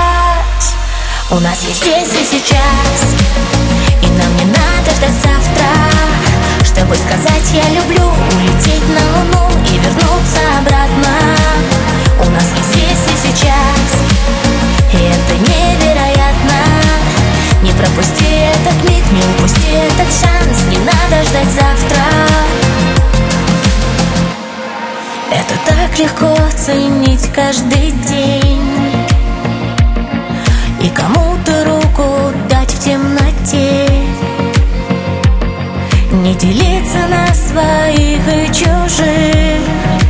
У нас есть здесь и сейчас, и нам не надо ждать завтра, чтобы сказать «я люблю», улететь на Луну и вернуться обратно. У нас есть здесь и сейчас, и это невероятно. Не пропусти этот миг, не упусти этот шанс, не надо ждать завтра. Это так легко ценить каждый день и кому-то руку дать в темноте. Не делиться на своих и чужих,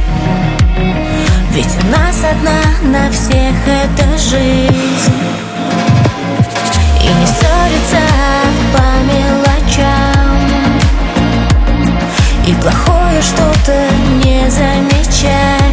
ведь у нас одна на всех эта жизнь. И не ссориться по мелочам, и плохое что-то не замечать,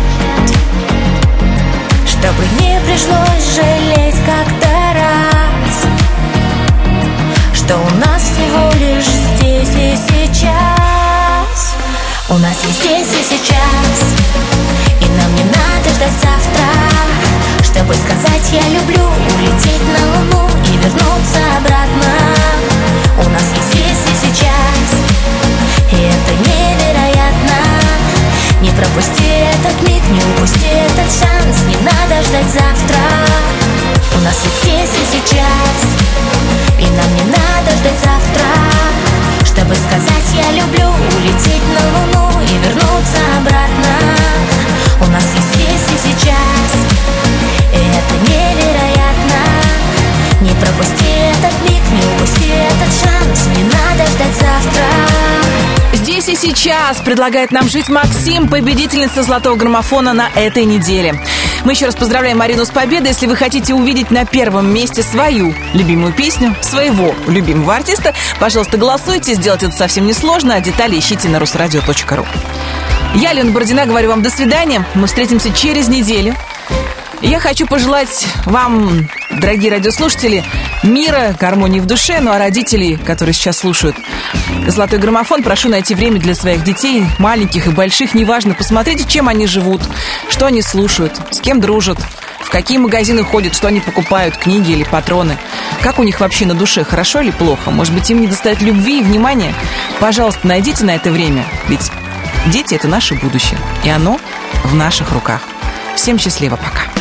чтобы не пришлось жалеть как-то раз, что у нас всего лишь здесь и сейчас. У нас есть здесь и сейчас, и нам не надо ждать завтра, чтобы сказать «я люблю», улететь на Луну и вернуться обратно. У нас есть здесь и сейчас, и это невероятно. Не пропусти этот миг, не упусти этот шанс, не надо ждать завтра. У нас есть здесь и сейчас, и нам не надо ждать завтра, чтобы сказать «я люблю», улететь на Луну и вернуться обратно. У нас есть здесь и сейчас, и это невероятно. Не пропусти этот миг, не упусти этот шанс, не надо ждать завтра. Здесь и сейчас предлагает нам жить Максим, победительница золотого граммофона на этой неделе. Мы еще раз поздравляем Марину с победой. Если вы хотите увидеть на первом месте свою любимую песню, своего любимого артиста, пожалуйста, голосуйте. Сделать это совсем несложно, а детали ищите на русрадио точка ру. Я, Лена Бородина, говорю вам до свидания. Мы встретимся через неделю. Я хочу пожелать вам, дорогие радиослушатели, мира, гармонии в душе. Ну а родителей, которые сейчас слушают «Золотой граммофон», прошу найти время для своих детей, маленьких и больших, неважно. Посмотрите, чем они живут, что они слушают, с кем дружат, в какие магазины ходят, что они покупают, книги или патроны. Как у них вообще на душе, хорошо или плохо? Может быть, им недостает любви и внимания? Пожалуйста, найдите на это время, ведь дети – это наше будущее, и оно в наших руках. Всем счастливо, пока.